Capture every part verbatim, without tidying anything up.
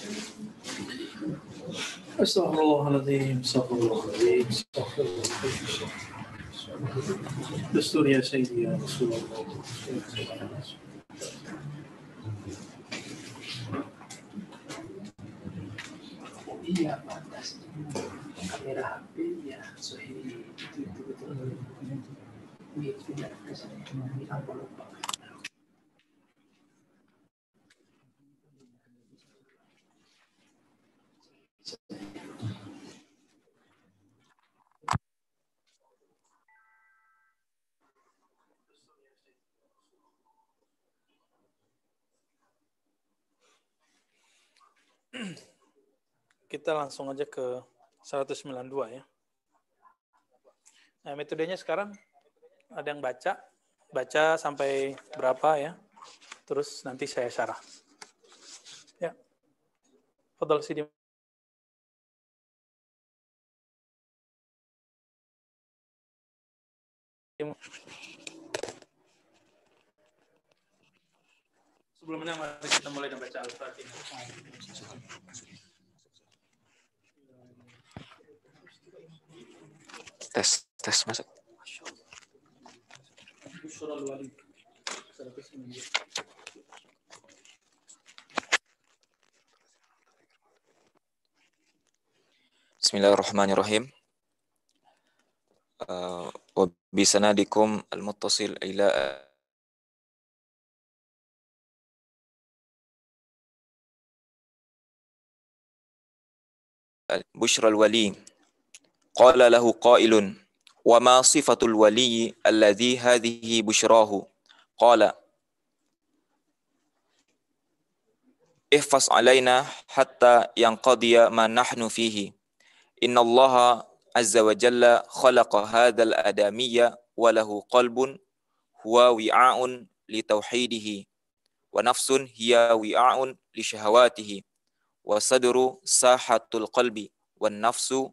Astagfirullahaladzim, astagfirullahaladzim, astagfirullahaladzim. Dastur ya Sayyidi ya Rasulullah. Iya, pantas. Kamera H P ya, Sohili itu itu betul. Ini tidak saya ini apa lupa. Kita langsung aja ke seratus sembilan puluh dua ya. Nah, metodenya sekarang ada yang baca, baca sampai berapa ya. Terus nanti saya syarah. Ya. Fadhal Sidi. Sebelumnya mari kita mulai membaca Al-Fatihah. Tes, tes masuk. Bismillahirrahmanirrahim. Uh, wa bisanadikum al-muttasil ila Bushra al-wali. Qala lahu qailun wa ma sifatul wali alladhi hadhihi bushrahu. Qala ihfaz alaina hatta yanqadiya ma nahnu fihi. Inna allaha azza wa jalla khalaqa hadzal adamiyya wa lahu qalbun huwa wi'a'un li tauhidihi wa nafsun hiya wi'a'un li syahawatihi wa sadru sahatul qalbi wan nafsu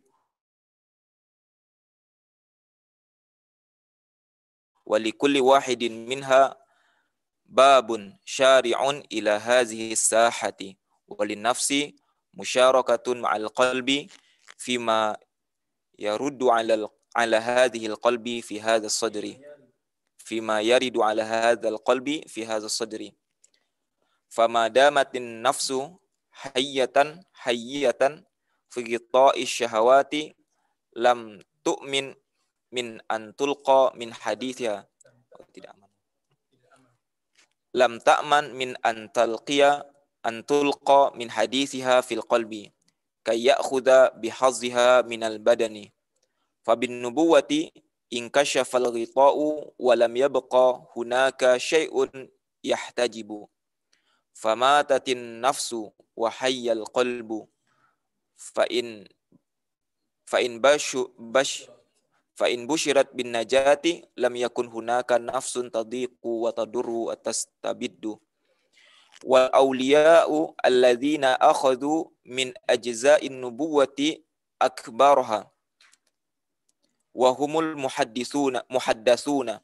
wa li kulli wahidin minha babun syari'un ila hadhihi sahati wa lin nafsi musyarakatun ma'al qalbi fima yaruddu ala ala hadhihi alqalbi fi hadha as-sadri fima yaridu ala hadha alqalbi fi hadha as-sadri fama damatin nafsu hayyatan hayyatan fi ghita'i syahawati lam tu'min min an tulqa min hadithiha oh, tidak aman lam ta'man min an talqiya an tulqa min hadithiha fil qalbi kay ya'khudha bihazziha min al badani fa bin nubuwati in kashafa al ghita'u wa lam yabqa hunaka syai'un yahtajibu famatatin nafsu wa hayyal qalbu fa in fa in bashu bash fa in bushirat bin najati lam yakun hunaka nafsun tadiqu wa tadurru wa tastabiddu wal awliya'u alladzina akhadhu min ajza'in nubuwati akbaraha wa humul muhaddisuna muhaddatsuna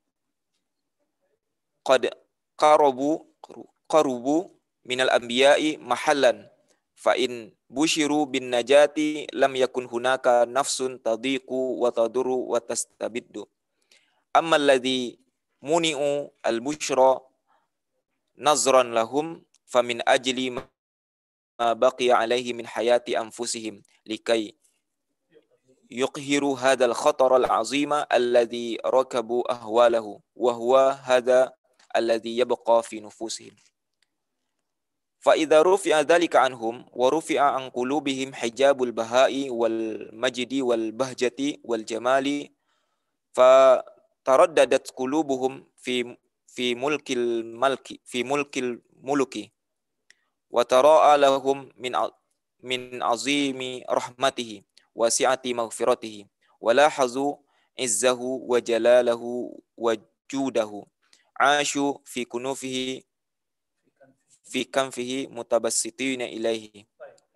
qad qarabu qarubu minal anbiya'i mahallan fa in bushiru bin najati lam yakun hunaka nafsun tadiqu wa tadurru wa tastabiddu amma alladhi muni'u al-bushra nazran lahum famin ajli ma baqiya alaihi min hayati anfusihim likai yuqhiru hadzal khatar al-azima alladhi rakabu ahwalahu wa huwa hadha alladhi yabqa fi nufusihim fa idza rufi'a dzalika anhum wa rufi'a an qulubihim hijabul bahai wal majdi wal bahjati wal jamali fa taraddadat qulubuhum fi fi mulkil malki fi mulkil muluki wa tara'a lahum min min azimi rahmatihi wa si'ati maghfiratihi wa lahazu izzahu wa jalalahu wa judahu ashu fi kunufihi fi kanfihi mutabassitina ilaihi.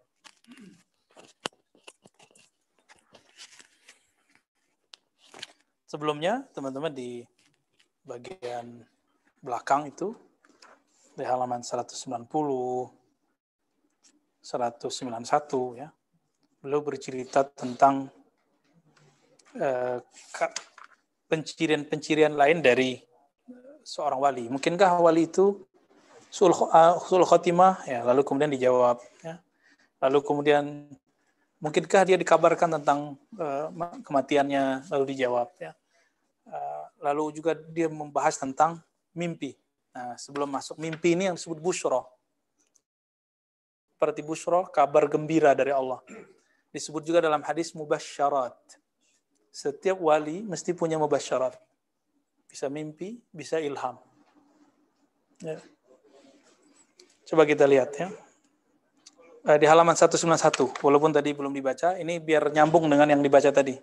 Sebelumnya teman-teman di bagian belakang itu di halaman seratus sembilan puluh seratus sembilan puluh satu ya. Beliau bercerita tentang uh, pencirian-pencirian lain dari seorang wali. Mungkinkah wali itu sul khotimah? Ya, lalu kemudian dijawab. Ya. Lalu kemudian mungkinkah dia dikabarkan tentang uh, kematiannya? Lalu dijawab. Ya. Uh, lalu juga dia membahas tentang mimpi. Nah, sebelum masuk mimpi ini yang disebut busyra. Seperti busyra, kabar gembira dari Allah. Disebut juga dalam hadis mubasyarat. Setiap wali mesti punya mubasyarat. Bisa mimpi, bisa ilham. Ya. Coba kita lihat ya. Di halaman seratus sembilan puluh satu, walaupun tadi belum dibaca, ini biar nyambung dengan yang dibaca tadi.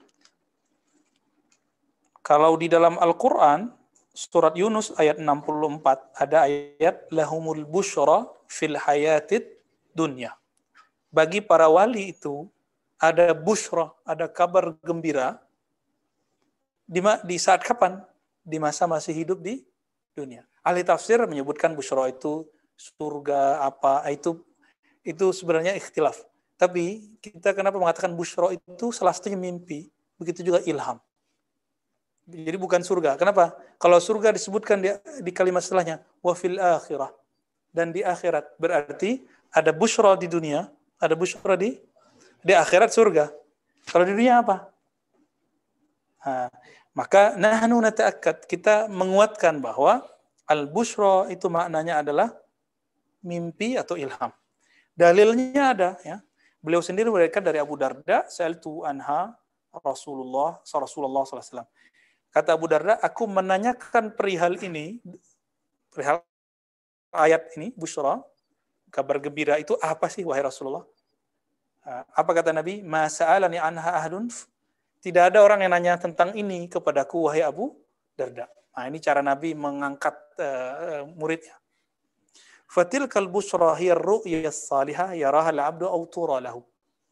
Kalau di dalam Al-Quran, surat Yunus ayat enam puluh empat, ada ayat, lahumul busyra fil hayatid dunya. Bagi para wali itu, ada busyra, ada kabar gembira, di, di saat kapan? Di masa masih hidup di dunia. Ahli tafsir menyebutkan busyra itu surga apa, itu itu sebenarnya ikhtilaf. Tapi kita kenapa mengatakan busyra itu salah satunya mimpi, begitu juga ilham. Jadi bukan surga. Kenapa? Kalau surga disebutkan di, di kalimat setelahnya, wa fil akhirah. Dan di akhirat berarti ada busyra di dunia, ada busyra di di akhirat surga. Kalau di dunia apa? Nah, maka nahnu nata'akkad, kita menguatkan bahwa al-busyra itu maknanya adalah mimpi atau ilham. Dalilnya ada ya. Beliau sendiri meriwayatkan dari Abu Darda, sa'altu anha Rasulullah Rasulullah sallallahu alaihi wasallam. Kata Abu Darda, aku menanyakan perihal ini, perihal ayat ini, busyra, kabar gembira itu apa sih wahai Rasulullah? Apa kata Nabi? Ma sa'alani anha ahlun. Tidak ada orang yang nanya tentang ini kepadaku wahai Abu Darda. Nah, ini cara Nabi mengangkat uh, muridnya. Fatilkal busyra hiya ar-ru'ya as-salihah yaraha al-'abdu aw tura lahu.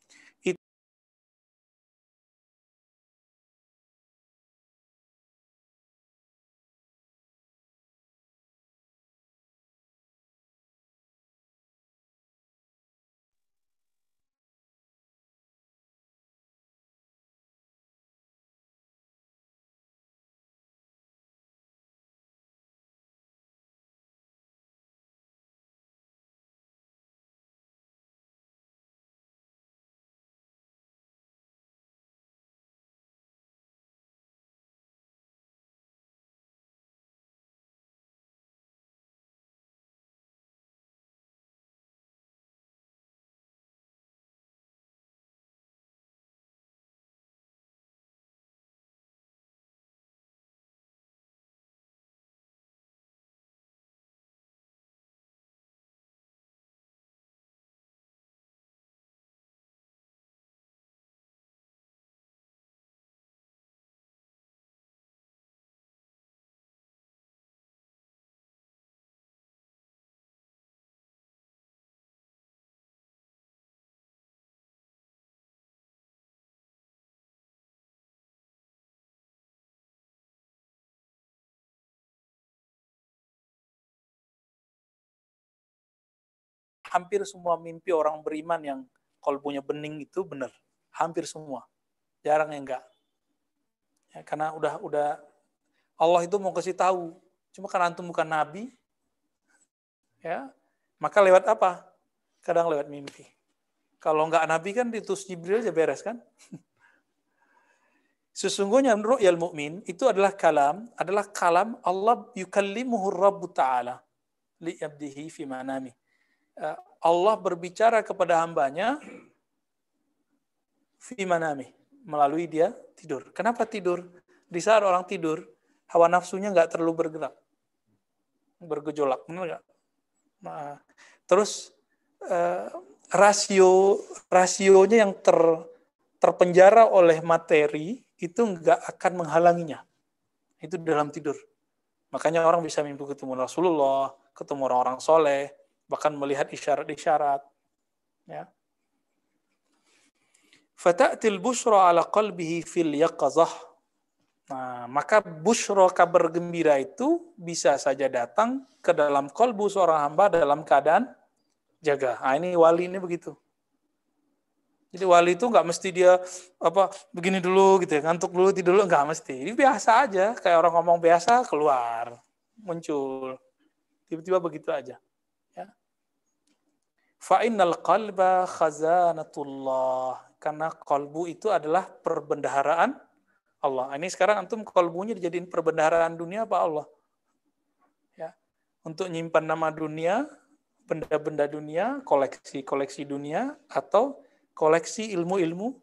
Hampir semua mimpi orang beriman yang qalbunya bening itu benar. Hampir semua. Jarang yang enggak. Ya, karena udah udah Allah itu mau kasih tahu. Cuma kan antum bukan nabi. Ya. Maka lewat apa? Kadang lewat mimpi. Kalau enggak nabi kan diutus Jibril aja beres kan? Sesungguhnya ru'yal mu'min itu adalah kalam, adalah kalam Allah yukallimuhu Rabbu Ta'ala li abdihi fi manami. Allah berbicara kepada hambanya fi manami, melalui dia tidur. Kenapa tidur? Di saat orang tidur, hawa nafsunya nggak terlalu bergerak, bergejolak, benar nggak? Nah, terus eh, rasio rasionya yang ter, terpenjara oleh materi itu nggak akan menghalanginya. Itu dalam tidur. Makanya orang bisa mimpi ketemu Rasulullah, ketemu orang-orang soleh, bahkan melihat isyarat-isyarat. Ya. Fata'til busyra ala qalbihi fil yaqazah. Nah, maka busyra kabar gembira itu bisa saja datang ke dalam qalbu seorang hamba dalam keadaan jaga. Nah, ini wali ini begitu. Jadi wali itu nggak mesti dia apa begini dulu gitu ya, ngantuk dulu tidur dulu, nggak mesti. Ini biasa aja, kayak orang ngomong biasa keluar, muncul. Tiba-tiba begitu aja. Ya. Fa innal qalba khazanatullah. Karena kalbu itu adalah perbendaharaan Allah. Ini sekarang antum kalbunya dijadiin perbendaharaan dunia apa Allah? Ya. Untuk nyimpan nama dunia, benda-benda dunia, koleksi-koleksi dunia, atau koleksi ilmu-ilmu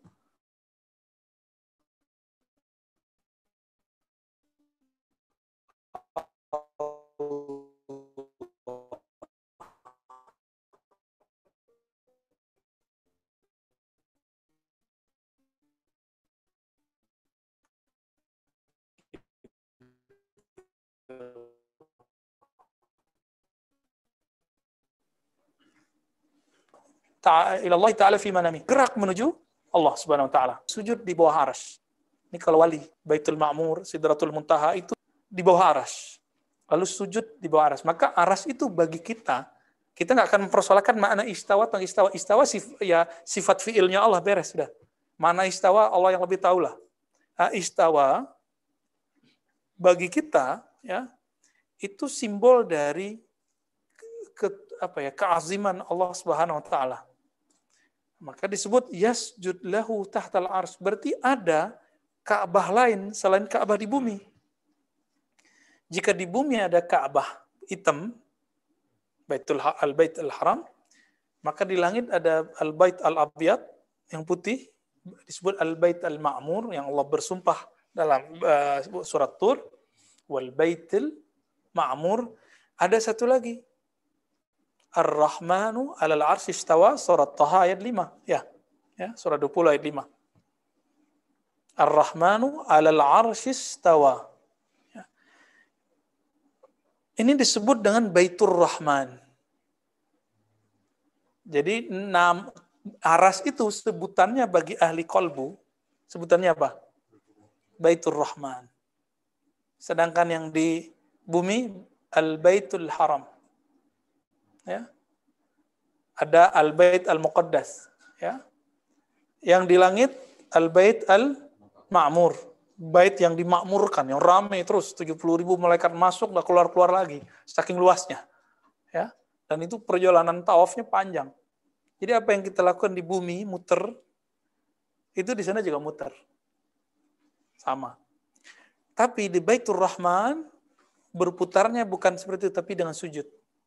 ilallah ta'ala fi manami. Gerak menuju Allah subhanahu wa ta'ala. Sujud di bawah arsy. Ini kalau wali. Baitul Ma'mur, Sidratul Muntaha itu di bawah arsy. Lalu sujud di bawah arsy. Maka arsy itu bagi kita, kita nggak akan mempersoalkan makna istawa atau istawa. Istawa sif, ya, sifat fiilnya Allah, beres sudah. Mana istawa Allah yang lebih tahu lah. Nah, istawa bagi kita ya itu simbol dari ke, apa ya keaziman Allah Subhanahu wa taala. Maka disebut yasjud lahu tahtal arsy. Berarti ada Ka'bah lain selain Ka'bah di bumi. Jika di bumi ada Ka'bah hitam, Baitul Al-Bait Al-Haram, maka di langit ada Al-Bait Al-Abyad yang putih, disebut Al-Bait Al-Ma'mur yang Allah bersumpah dalam uh, surat Tur, wal Baitil Ma'mur. Ada satu lagi, Ar-Rahmanu 'alal 'arsy istawa, surat Thaha ayat lima, ya. Ya, surah dua puluh ayat lima. Ar-Rahmanu 'alal 'arsy istawa. Ya. Ini disebut dengan Baitur Rahman. Jadi nam aras itu sebutannya bagi ahli kolbu, sebutannya apa? Baitur Rahman. Sedangkan yang di bumi Al-Baitul Haram. Ya. Ada Al-Bait Al-Muqaddas, ya. Yang di langit Al-Bait Al-Ma'mur, bait yang dimakmurkan, yang ramai terus, tujuh puluh ribu malaikat masuk enggak keluar-keluar lagi, saking luasnya. Ya. Dan itu perjalanan tawafnya panjang. Jadi apa yang kita lakukan di bumi muter, itu di sana juga muter. Sama. Tapi di Baitur Rahman berputarnya bukan seperti itu, tapi dengan sujud.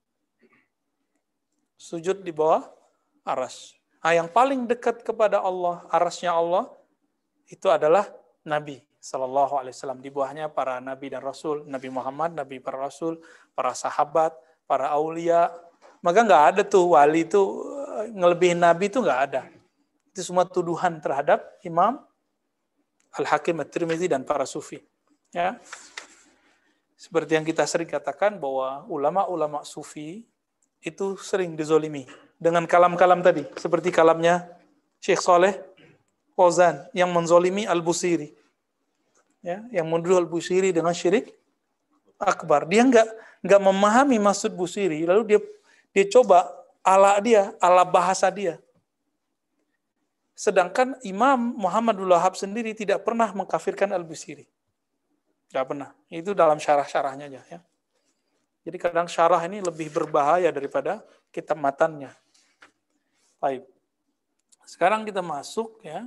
Sujud di bawah aras. Nah, yang paling dekat kepada Allah, arasnya Allah, itu adalah Nabi Sallallahu Alaihi Wasallam. Di bawahnya para Nabi dan Rasul, Nabi Muhammad, Nabi para Rasul, para sahabat, para aulia. Maka nggak ada tuh wali itu ngelebihin Nabi itu nggak ada. Itu semua tuduhan terhadap Imam Al-Hakim At-Tirmidzi dan para sufi. Ya. Seperti yang kita sering katakan bahwa ulama-ulama sufi itu sering dizolimi dengan kalam-kalam tadi, seperti kalamnya Syekh Saleh Fauzan yang menzolimi Al-Busiri, ya, yang menuduh Al-Busiri dengan syirik akbar. Dia nggak nggak memahami maksud Busiri, lalu dia dia coba ala dia, ala bahasa dia. Sedangkan Imam Muhammad Abdul Wahhab sendiri tidak pernah mengkafirkan Al-Busiri, nggak pernah. Itu dalam syarah-syarahnya aja, ya. Jadi kadang syarah ini lebih berbahaya daripada kitab matannya. Baik. Sekarang kita masuk ya.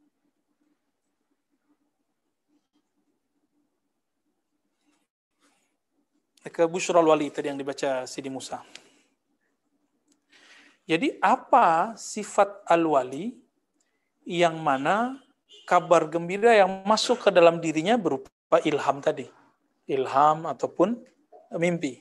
Ke Busyral Wali tadi yang dibaca Sidi Musa. Jadi apa sifat al-wali yang mana kabar gembira yang masuk ke dalam dirinya berupa ilham tadi. Ilham ataupun mimpi.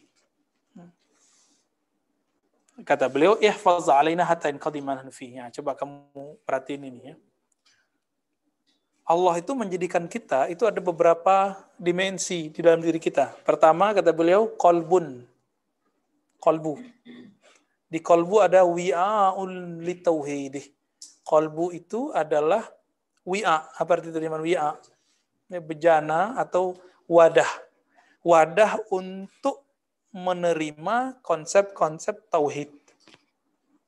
Kata beliau, ihfaz alaina hatta inqadiman fihi. Coba kamu perhatiin ini ya. Allah itu menjadikan kita, itu ada beberapa dimensi di dalam diri kita. Pertama, kata beliau, qalbun. Qalbu. Di qalbu ada wi'a'ul litauhidih. Qalbu itu adalah wi'a. Apa arti terjemahan wi'a? Bejana atau wadah. Wadah untuk menerima konsep-konsep tauhid.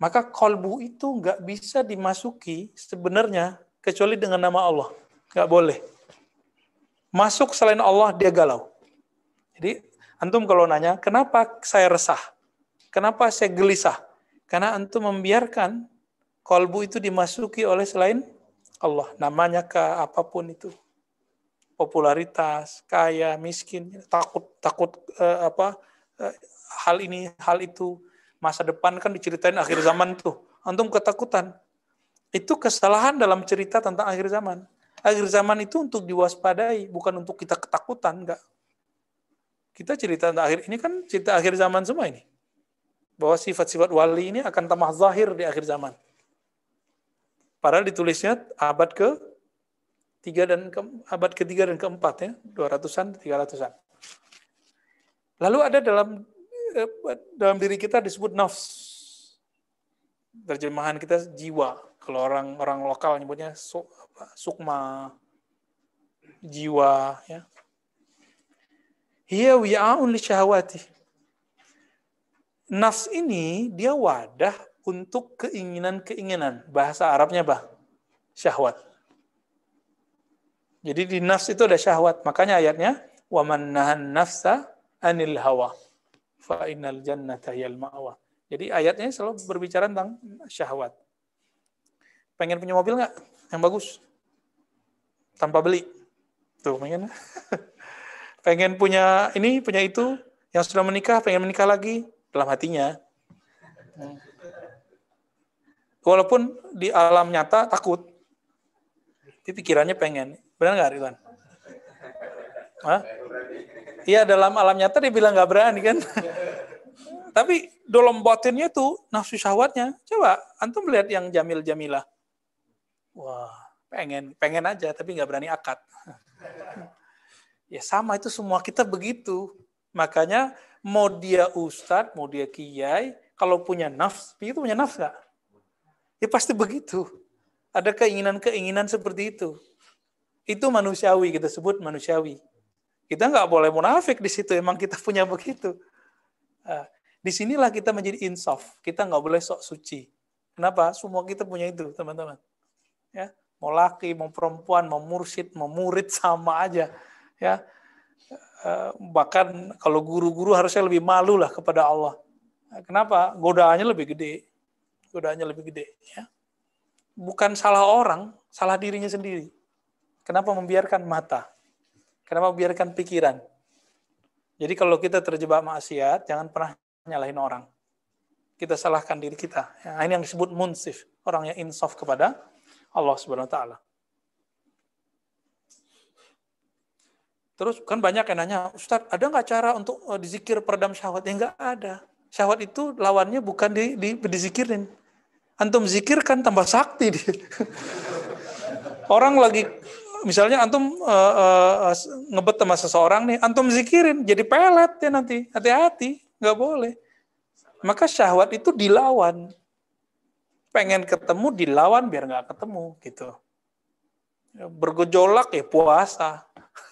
Maka kolbu itu nggak bisa dimasuki sebenarnya kecuali dengan nama Allah. Nggak boleh. Masuk selain Allah, dia galau. Jadi, antum kalau nanya, kenapa saya resah? Kenapa saya gelisah? Karena antum membiarkan kolbu itu dimasuki oleh selain Allah. Namanya ke apapun itu. Popularitas, kaya, miskin, takut, takut eh, apa eh, hal ini, hal itu. Masa depan kan diceritain akhir zaman tuh. Antum ketakutan. Itu kesalahan dalam cerita tentang akhir zaman. Akhir zaman itu untuk diwaspadai, bukan untuk kita ketakutan, enggak. Kita cerita tentang akhir, ini kan cerita akhir zaman semua ini. Bahwa sifat-sifat wali ini akan tamah zahir di akhir zaman. Padahal ditulisnya abad ke tiga dan ke, abad ketiga dan keempat ya, dua ratusan, tiga ratusan. Lalu ada dalam dalam diri kita disebut nafs. Terjemahan kita jiwa. Kalau orang-orang lokal nyebutnya sukma, jiwa ya. Hiya wi'a'un li syahwati. Nafs ini dia wadah untuk keinginan-keinginan. Bahasa Arabnya bah, syahwat. Jadi di nafs itu ada syahwat. Makanya ayatnya wa man nahan nafsa anil hawa fa innal jannata hiyal ma'wa. Jadi ayatnya selalu berbicara tentang syahwat. Pengen punya mobil nggak? Yang bagus. Tanpa beli. Tuh, pengen. Pengen punya ini, punya itu. Yang sudah menikah, pengen menikah lagi. Dalam hatinya. Walaupun di alam nyata takut. Tapi pikirannya pengen. Benar nggak, Ridwan? Hah? Iya, dalam alam nyata dia bilang nggak berani kan. Tapi dalam batinnya tuh nafsu syahwatnya. Coba antum lihat yang jamil-jamilah. Wah, pengen, pengen aja tapi nggak berani akad. Ya sama, itu semua kita begitu. Makanya mau dia ustadz, mau dia kiai, kalau punya nafs, itu punya nafs nggak? Ya pasti begitu. Ada keinginan-keinginan seperti itu. Itu manusiawi, kita sebut manusiawi. Kita nggak boleh munafik di situ, emang kita punya begitu. Nah, disinilah kita menjadi insaf. Kita nggak boleh sok suci. Kenapa? Semua kita punya itu, teman-teman. Ya, mau laki, mau perempuan, mau mursyid, mau murid sama aja. Ya, bahkan kalau guru-guru harusnya lebih malu lah kepada Allah. Kenapa? Godaannya lebih gede. Godaannya lebih gede. Ya. Bukan salah orang, salah dirinya sendiri. Kenapa membiarkan mata? Kenapa membiarkan pikiran? Jadi kalau kita terjebak maksiat, jangan pernah nyalahin orang. Kita salahkan diri kita. Ya, ini yang disebut munsif, orang yang insaf kepada Allah Subhanahu wa taala. Terus kan banyak yang nanya, Ustaz, ada nggak cara untuk uh, dizikir peredam syahwat? Ya nggak ada. Syahwat itu lawannya bukan di, di, dizikirin. Antum zikirkan tambah sakti. Orang lagi, misalnya antum uh, uh, ngebet sama seseorang nih, antum zikirin, jadi pelet ya nanti. Hati-hati, nggak boleh. Maka syahwat itu dilawan. Pengen ketemu, dilawan biar nggak ketemu. Gitu. Bergejolak ya puasa.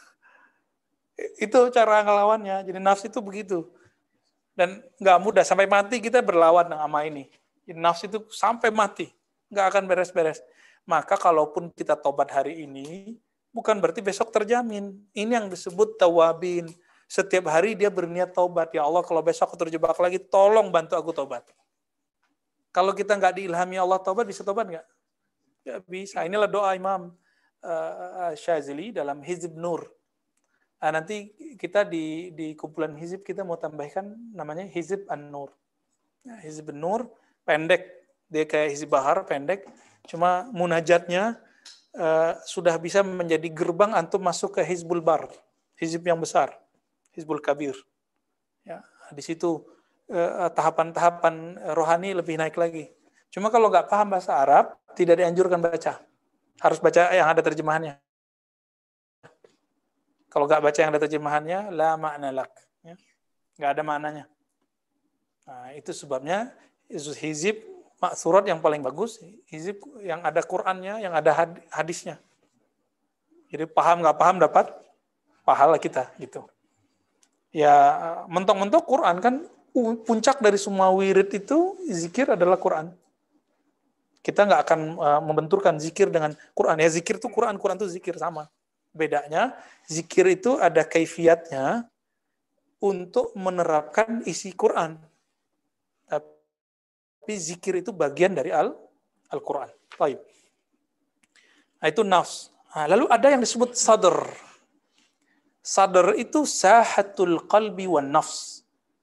Itu cara ngelawannya. Jadi nafsu itu begitu. Dan nggak mudah. Sampai mati kita berlawan sama ini. Jadi nafsu itu sampai mati. Nggak akan beres-beres. Maka kalaupun kita tobat hari ini, bukan berarti besok terjamin. Ini yang disebut tawabin. Setiap hari dia berniat tobat. Ya Allah, kalau besok aku terjebak lagi, tolong bantu aku tobat. Kalau kita nggak diilhami Allah tobat, bisa tobat nggak? Nggak bisa. Inilah doa Imam uh, Syazili dalam Hizb Nur. Nah, nanti kita di, di kumpulan hizib kita mau tambahkan namanya Hizib An-Nur. Nah, Hizib An-Nur pendek, dia kayak Hizib Bahar pendek, cuma munajatnya uh, sudah bisa menjadi gerbang antum masuk ke Hizbul Bar, hizib yang besar, Hizbul Kabir. Ya, di situ uh, tahapan-tahapan rohani lebih naik lagi. Cuma kalau nggak paham bahasa Arab, tidak dianjurkan baca. Harus baca yang ada terjemahannya. Kalau nggak baca yang ada terjemahannya, la makna lak. Ya. Nggak ada maknanya. Nah, itu sebabnya hizib maksurat yang paling bagus, hizib yang ada Qur'annya, yang ada hadisnya. Jadi paham nggak paham dapat pahala kita. Gitu. Ya mentok-mentok Qur'an kan puncak dari semua wirid itu zikir adalah Quran. Kita nggak akan uh, membenturkan zikir dengan Quran. Ya zikir itu Quran, Quran itu zikir sama. Bedanya zikir itu ada kaifiatnya untuk menerapkan isi Quran. Tapi zikir itu bagian dari Al Al-Quran. Baik. Nah, itu nafs. Nah, lalu ada yang disebut sadr. Sadr itu sahatul qalbi wan nafs.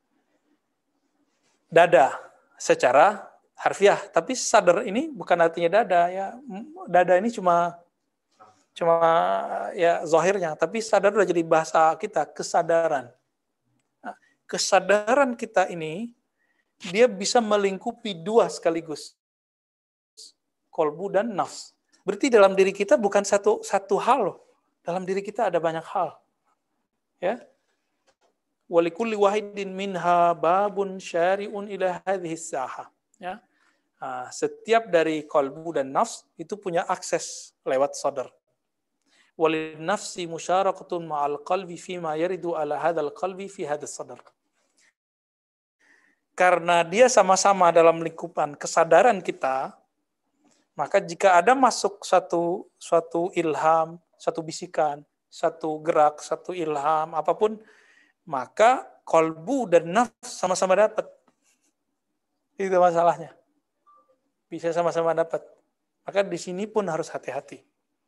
Dada secara harfiah, tapi sadar ini bukan artinya dada ya. Dada ini cuma cuma ya zahirnya, tapi sadar udah jadi bahasa kita, kesadaran. Nah, kesadaran kita ini dia bisa melingkupi dua sekaligus. Kolbu dan nafs. Berarti dalam diri kita bukan satu satu hal loh. Dalam diri kita ada banyak hal. Ya. Walikulli wahidin minha babun syari'un ila hadhihi saha. Ya. Nah, setiap dari kolbu dan nafs itu punya akses lewat sadar. Walin nafsi musyarakatun ma'al qalbi fima yaridu ala hadzal qalbi fi hadzal sadar. Karena dia sama-sama dalam lingkupan kesadaran kita, maka jika ada masuk satu suatu ilham, satu bisikan, satu gerak, satu ilham, apapun, maka kolbu dan nafs sama-sama dapat. Itu masalahnya. Bisa sama-sama dapat. Maka di sini pun harus hati-hati.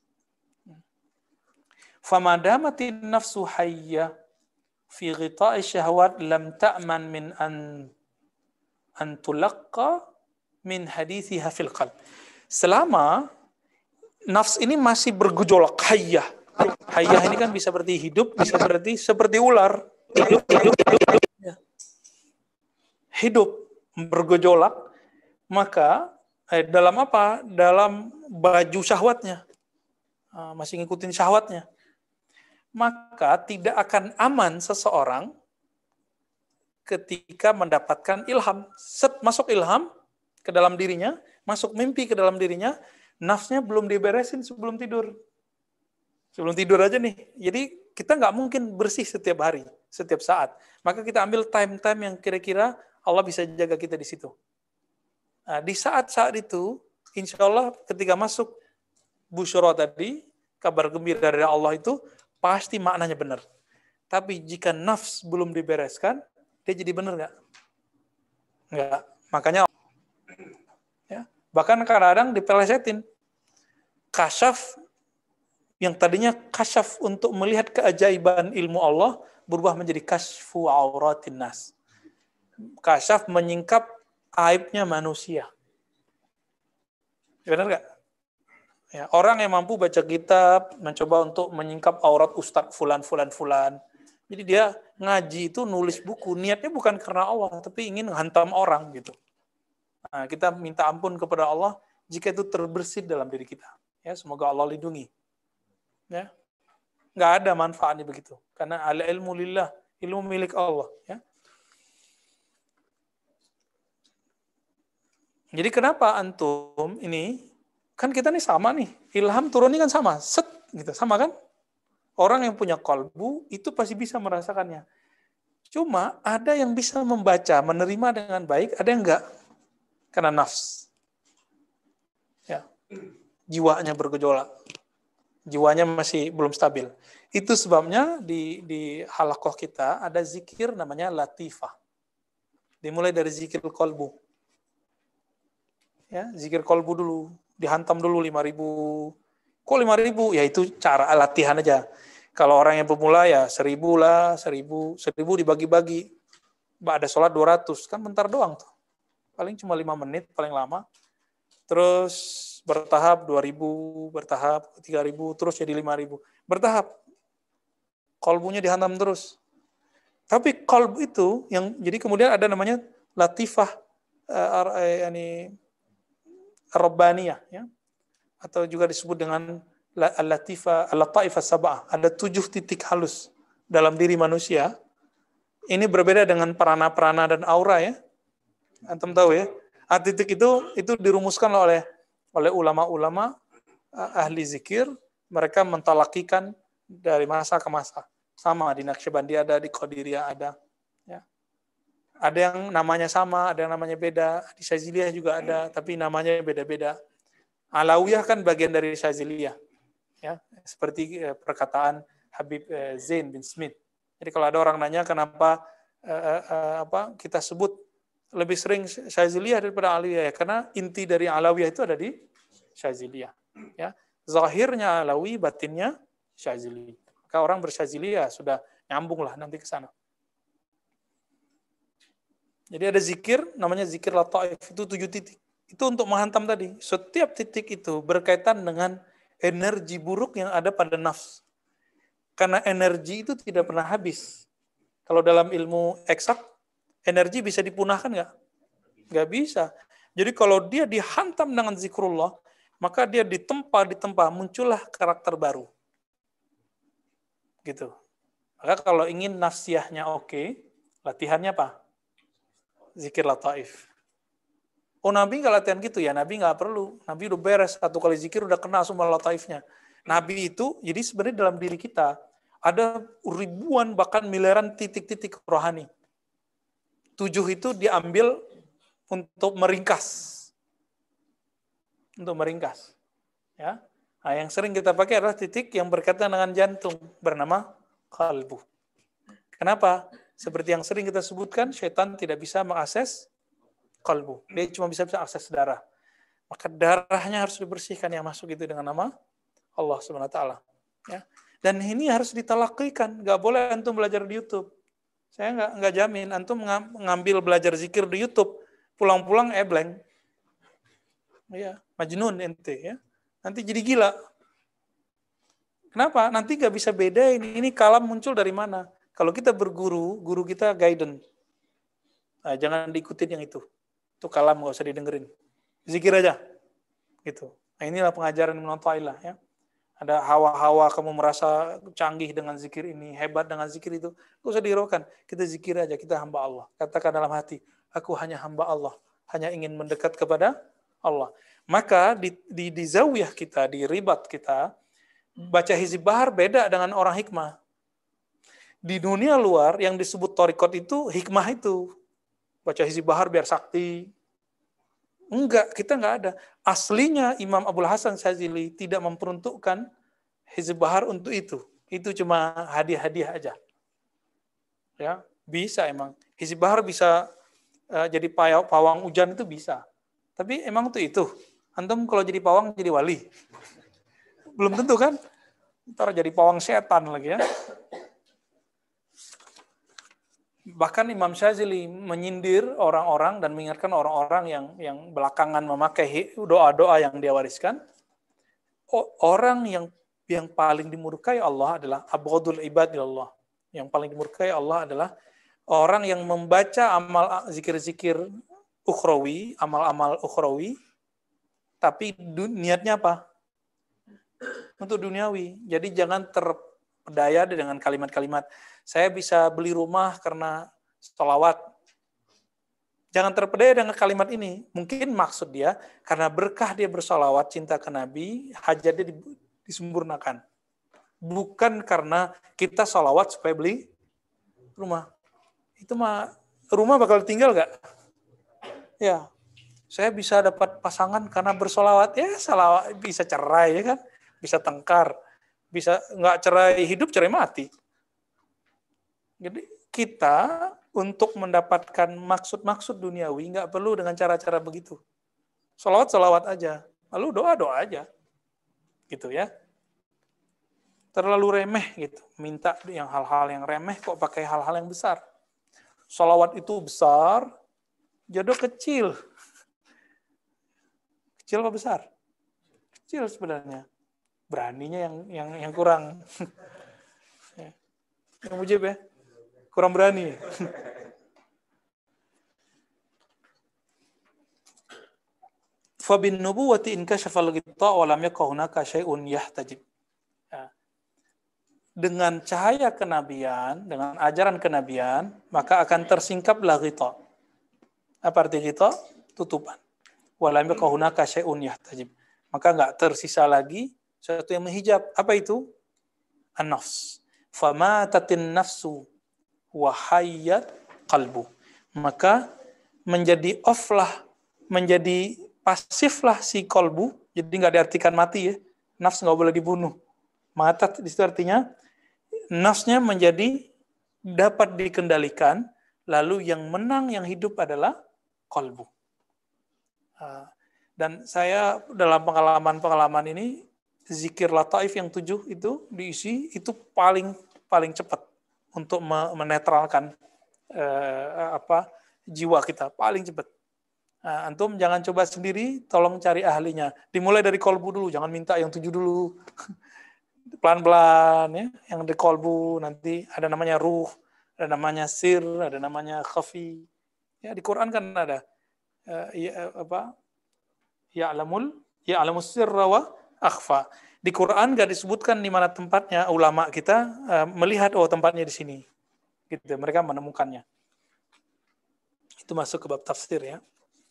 Famadamatin nafsu hayya fi ghita'i syahwat lam ta'man min an an tulaqqa min hadithiha fil qalb. Selama nafs ini masih bergejolak, hayya. Hayya ini kan bisa berarti hidup, bisa berarti seperti ular. Hidup, hidup, hidup, ya. Hidup bergejolak, maka eh, dalam apa? Dalam baju syahwatnya, uh, masih ngikutin syahwatnya, maka tidak akan aman seseorang ketika mendapatkan ilham. Set masuk ilham ke dalam dirinya, masuk mimpi ke dalam dirinya, nafsnya belum diberesin sebelum tidur. Sebelum tidur aja nih. Jadi kita nggak mungkin bersih setiap hari, setiap saat. Maka kita ambil time-time yang kira-kira Allah bisa jaga kita di situ. Nah, di saat-saat itu, insya Allah ketika masuk busyra tadi, kabar gembira dari Allah itu, pasti maknanya benar. Tapi jika nafs belum dibereskan, dia jadi benar nggak? Nggak. Makanya, ya, bahkan kadang-kadang dipelesetin. Kasyaf, yang tadinya kasyaf untuk melihat keajaiban ilmu Allah, berubah menjadi kasyfu auratin nas. Kasyaf menyingkap aibnya manusia. Benar nggak? Ya, orang yang mampu baca kitab, mencoba untuk menyingkap aurat ustadz fulan, fulan, fulan. Jadi dia ngaji itu nulis buku, niatnya bukan karena Allah, tapi ingin menghantam orang gitu. Nah, kita minta ampun kepada Allah jika itu terbersit dalam diri kita. Ya, semoga Allah lindungi. Ya, nggak ada manfaatnya begitu. Karena al ilmu lillah, ilmu milik Allah. Ya. Jadi kenapa antum ini, kan kita nih sama nih, ilham turun ini kan sama, set gitu, sama kan? Orang yang punya kolbu itu pasti bisa merasakannya. Cuma ada yang bisa membaca, menerima dengan baik, ada yang enggak. Karena nafs. Ya. Jiwanya bergejolak. Jiwanya masih belum stabil. Itu sebabnya di di halakoh kita ada zikir namanya latifah. Dimulai dari zikir kolbu. Ya, zikir kolbu dulu, dihantam dulu lima ribu. Kok lima ribu? Ya itu cara latihan aja. Kalau orang yang pemula ya seribu lah, seribu, seribu dibagi-bagi. Ada sholat dua ratus, kan bentar doang tuh. Paling cuma lima menit, paling lama. Terus bertahap dua ribu, bertahap tiga ribu, terus jadi lima ribu. Bertahap. Kolbunya dihantam terus. Tapi kolbu itu, yang jadi kemudian ada namanya latifah, uh, yani, Rabbaniyah, ya, atau juga disebut dengan al-latifah, al-lataifah sab'ah. Ada tujuh titik halus dalam diri manusia. Ini berbeda dengan perana-perana dan aura, ya. Antum tahu ya. Ah, titik itu itu dirumuskan oleh oleh ulama-ulama ahli zikir. Mereka mentalakikan dari masa ke masa. Sama di Naqsyabandi ada, di Qadiriyah ada. Ya. Ada yang namanya sama, ada yang namanya beda. Di Syaziliyah juga ada, tapi namanya beda-beda. Alawiyah kan bagian dari Syaziliyah. Ya, seperti perkataan Habib Zain bin Smith. Jadi kalau ada orang nanya kenapa uh, uh, apa kita sebut lebih sering Syaziliyah daripada Alawiyah, ya, karena inti dari Alawiyah itu ada di Syaziliyah. Ya, zahirnya Alawi, batinnya Syazili. Maka orang bersyaziliyah sudah nyambung lah nanti ke sana. Jadi ada zikir, namanya zikir lataif, itu tujuh titik. Itu untuk menghantam tadi. Setiap titik itu berkaitan dengan energi buruk yang ada pada nafs. Karena energi itu tidak pernah habis. Kalau dalam ilmu eksak, energi bisa dipunahkan nggak? Nggak bisa. Jadi kalau dia dihantam dengan zikrullah, maka dia ditempa-ditempa, muncullah karakter baru. Gitu. Maka kalau ingin nafsiyahnya oke, latihannya apa? Zikir lataif. Oh, Nabi nggak latihan gitu ya? Nabi nggak perlu. Nabi udah beres, satu kali zikir udah kena semua lataifnya. Nabi itu, jadi sebenarnya dalam diri kita, ada ribuan bahkan miliaran titik-titik rohani. Tujuh itu diambil untuk meringkas. Untuk meringkas. Ya. Nah, yang sering kita pakai adalah titik yang berkaitan dengan jantung, bernama qalbu. Kenapa? Seperti yang sering kita sebutkan, syaitan tidak bisa mengakses kalbu. Dia cuma bisa bisa akses darah. Maka darahnya harus dibersihkan, yang masuk itu dengan nama Allah subhanahu wa taala. Ya. Dan ini harus ditalakikan. Nggak boleh antum belajar di YouTube. Saya nggak nggak jamin antum mengambil belajar zikir di YouTube, pulang-pulang eh blank. Ya, majnun ente ya. Nanti jadi gila. Kenapa? Nanti nggak bisa bedain ini kalam muncul dari mana. Kalau kita berguru, guru kita guidance. Nah, jangan diikutin yang itu. Itu kalam, nggak usah didengerin. Zikir aja. Gitu. Nah, inilah pengajaran Ibnu Athaillah ya. Ada hawa-hawa kamu merasa canggih dengan zikir ini, hebat dengan zikir itu. Nggak usah dihiraukan. Kita zikir aja, kita hamba Allah. Katakan dalam hati, aku hanya hamba Allah. Hanya ingin mendekat kepada Allah. Maka di, di, di zawiyah kita, di ribat kita, baca hizib bahar beda dengan orang hikmah. Di dunia luar yang disebut torikot itu hikmah itu. Baca hizib bahar biar sakti. Enggak, kita enggak ada. Aslinya Imam Abul Hasan Syazili tidak memperuntukkan hizib bahar untuk itu. Itu cuma hadiah-hadiah aja. Ya, bisa emang. Hizib bahar bisa uh, jadi pawang hujan itu bisa. Tapi emang itu itu. Antum kalau jadi pawang jadi wali. Belum tentu kan? Ntar jadi pawang setan lagi ya. Bahkan Imam Syazili menyindir orang-orang dan mengingatkan orang-orang yang yang belakangan memakai doa-doa yang dia wariskan. Orang yang yang paling dimurkai Allah adalah abghadul ibad ilallah. Yang paling dimurkai Allah adalah orang yang membaca amal zikir-zikir ukhrawi, amal-amal ukhrawi, tapi niatnya apa? Untuk duniawi. Jadi jangan terpedaya dengan kalimat-kalimat saya bisa beli rumah karena sholawat. Jangan terpedaya dengan kalimat ini. Mungkin maksud dia, karena berkah dia bersolawat, cinta ke Nabi, hajatnya disempurnakan. Bukan karena kita sholawat supaya beli rumah. Itu mah, rumah bakal tinggal gak? Ya, saya bisa dapat pasangan karena bersolawat. Ya, salawat, bisa cerai ya kan? Bisa tengkar. Bisa nggak cerai hidup, cerai mati. Jadi kita untuk mendapatkan maksud-maksud duniawi nggak perlu dengan cara-cara begitu. Salawat-salawat aja, lalu doa-doa aja, gitu ya. Terlalu remeh gitu, minta yang hal-hal yang remeh kok pakai hal-hal yang besar. Salawat itu besar, jodoh kecil. Kecil apa besar? Kecil sebenarnya. Beraninya yang yang yang kurang. Yang mujib ya. Kurang berani. Fa bin nubuwati in kashafal ghita wa lam yakun hunaka syai'un yahtajib. Dengan cahaya kenabian, dengan ajaran kenabian, maka akan tersingkaplah ghita. Apa arti ghita? Tutupan. Wa lam yakun hunaka syai'un yahtajib. Maka enggak tersisa lagi sesuatu yang menghijab. Apa itu? An-nafs. Famatatin nafsu wahayat qalbu. maka menjadi off lah, menjadi pasif lah si kolbu, jadi nggak diartikan mati ya, nafs nggak boleh dibunuh. Mata di situ artinya nafsnya menjadi dapat dikendalikan, lalu yang menang, yang hidup adalah kolbu. Dan saya dalam pengalaman-pengalaman ini, zikir lataif yang tujuh itu diisi, itu paling paling cepat untuk menetralkan eh, apa jiwa kita, paling cepat. Nah, antum jangan coba sendiri, tolong cari ahlinya. Dimulai dari kolbu dulu, jangan minta yang tujuh dulu. Pelan-pelan ya, yang di kolbu, nanti ada namanya ruh, ada namanya sir, ada namanya khafi. Ya di Quran kan ada uh, ya, apa? Ya'lamul ya'lamus sirra wa akhfa. Di Quran enggak disebutkan di mana tempatnya, ulama kita uh, melihat oh tempatnya di sini. Gitu, mereka menemukannya. Itu masuk ke bab tafsir ya.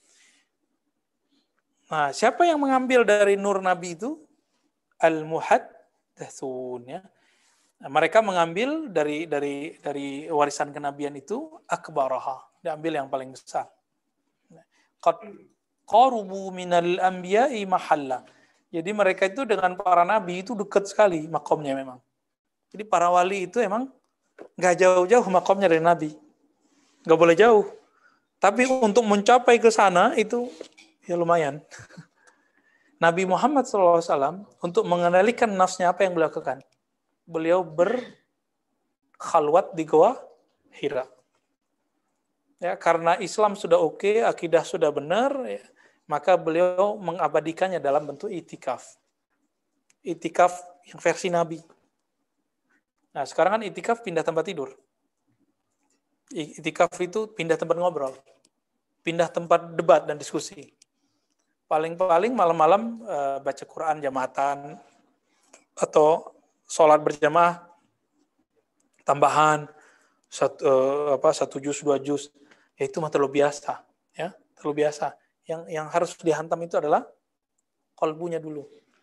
Nah, siapa yang mengambil dari nur Nabi itu? Al-muhaddatsun ya. Nah, mereka mengambil dari dari dari warisan kenabian itu akbaraha, diambil yang paling besar. Qad qarubu minal anbiya'i mahalla. Jadi mereka itu dengan para nabi itu dekat sekali makomnya memang. Jadi para wali itu emang nggak jauh-jauh makomnya dari nabi. Nggak boleh jauh. Tapi untuk mencapai ke sana itu ya lumayan. Nabi Muhammad shallallahu alaihi wasallam untuk mengendalikan nafsnya apa yang beliau lakukan? Beliau berkhalwat di Goa Hira. Ya, karena Islam sudah oke, akidah sudah benar, ya, maka beliau mengabadikannya dalam bentuk itikaf. Itikaf yang versi Nabi. Nah, sekarang kan itikaf pindah tempat tidur. Itikaf itu pindah tempat ngobrol. Pindah tempat debat dan diskusi. Paling-paling malam-malam uh, baca Quran jamaatan atau sholat berjamaah tambahan satu, uh, apa, satu juz, dua juz. Ya itu mah terlalu biasa. Ya, terlalu biasa. Yang yang harus dihantam itu adalah kolbunya dulu.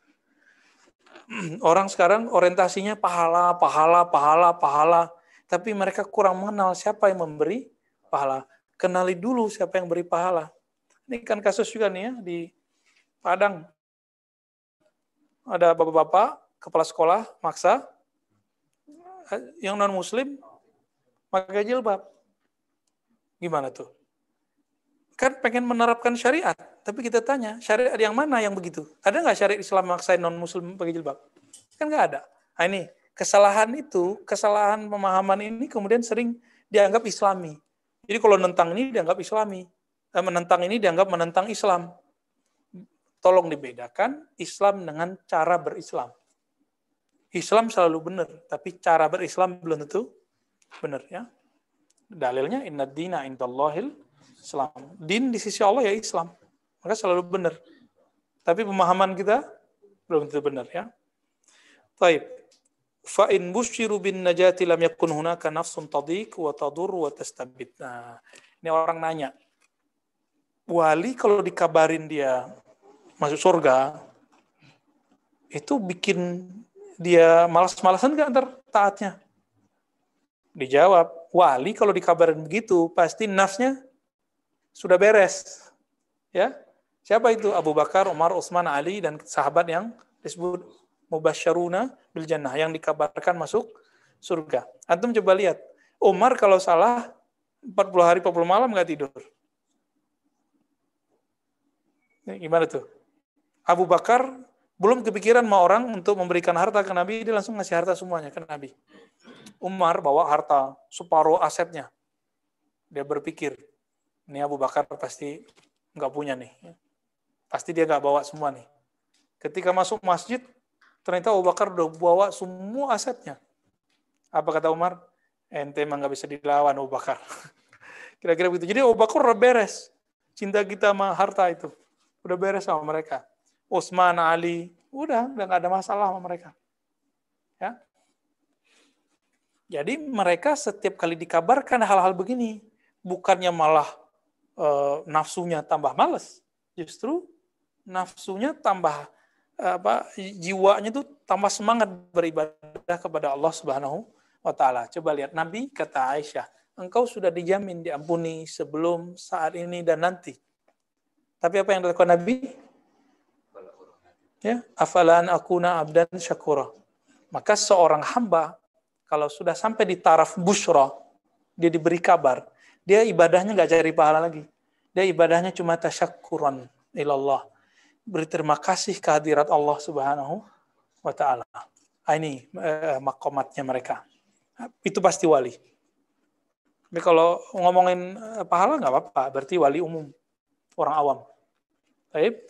Orang sekarang orientasinya pahala, pahala, pahala, pahala. Tapi mereka kurang mengenal siapa yang memberi pahala. Kenali dulu siapa yang beri pahala. Ini kan kasus juga nih ya, di Padang. Ada bapak-bapak, kepala sekolah, maksa, yang non-muslim, pakai jilbab. Gimana tuh? Kan pengen menerapkan syariat, tapi kita tanya, syariat yang mana yang begitu? Ada nggak syariat Islam maksain non-muslim pakai jilbab? Kan nggak ada. Nah ini, kesalahan itu, kesalahan pemahaman ini kemudian sering dianggap islami. Jadi kalau nentang ini dianggap islami. Menentang ini dianggap menentang Islam. Tolong dibedakan Islam dengan cara berislam. Islam selalu benar, tapi cara berislam belum tentu benar ya. Dalilnya inna dina indallahil Islam. Din di sisi Allah ya Islam. Maka selalu benar. Tapi pemahaman kita belum tentu benar ya. Baik. Fa in busyiru bin najati lam yakun hunaka nafsun tadiq wa tadur wa tastabit. Nah, ini orang nanya. Wali kalau dikabarin dia masuk surga, itu bikin dia malas-malasan nggak ntar taatnya? Dijawab, wali kalau dikabarin begitu, pasti nafsnya sudah beres. Ya, siapa itu? Abu Bakar, Umar, Utsman, Ali, dan sahabat yang disebut mubasysyaruna bil jannah, yang dikabarkan masuk surga. Antum coba lihat, Umar kalau salah empat puluh hari empat puluh malam nggak tidur. Gimana tuh? Abu Bakar belum kepikiran sama orang untuk memberikan harta ke Nabi, dia langsung ngasih harta semuanya ke Nabi. Umar bawa harta separuh asetnya. Dia berpikir, ini Abu Bakar pasti nggak punya nih. Pasti dia nggak bawa semua nih. Ketika masuk masjid, ternyata Abu Bakar udah bawa semua asetnya. Apa kata Umar? Ente emang nggak bisa dilawan Abu Bakar. Kira-kira begitu. Jadi Abu Bakar udah beres. Cinta kita sama harta itu. Udah beres sama mereka. Utsman, Ali, udah, udah nggak ada masalah sama mereka. Ya. Jadi mereka setiap kali dikabarkan hal-hal begini, bukannya malah e, nafsunya tambah malas, justru nafsunya tambah apa, jiwanya tuh tambah semangat beribadah kepada Allah Subhanahu wa taala. Coba lihat Nabi kata Aisyah, engkau sudah dijamin diampuni sebelum, saat ini, dan nanti. Tapi apa yang dilakukan Nabi? Ya, afalan akuna abdan syakura. Maka seorang hamba kalau sudah sampai di taraf busyra, dia diberi kabar, dia ibadahnya nggak cari pahala lagi. Dia ibadahnya cuma tasyakuran ilallah. Beri terima kasih kehadirat Allah Subhanahu wa taala. Ini eh, makomatnya mereka. Itu pasti wali. Tapi kalau ngomongin pahala nggak apa-apa, berarti wali umum, orang awam. Baik.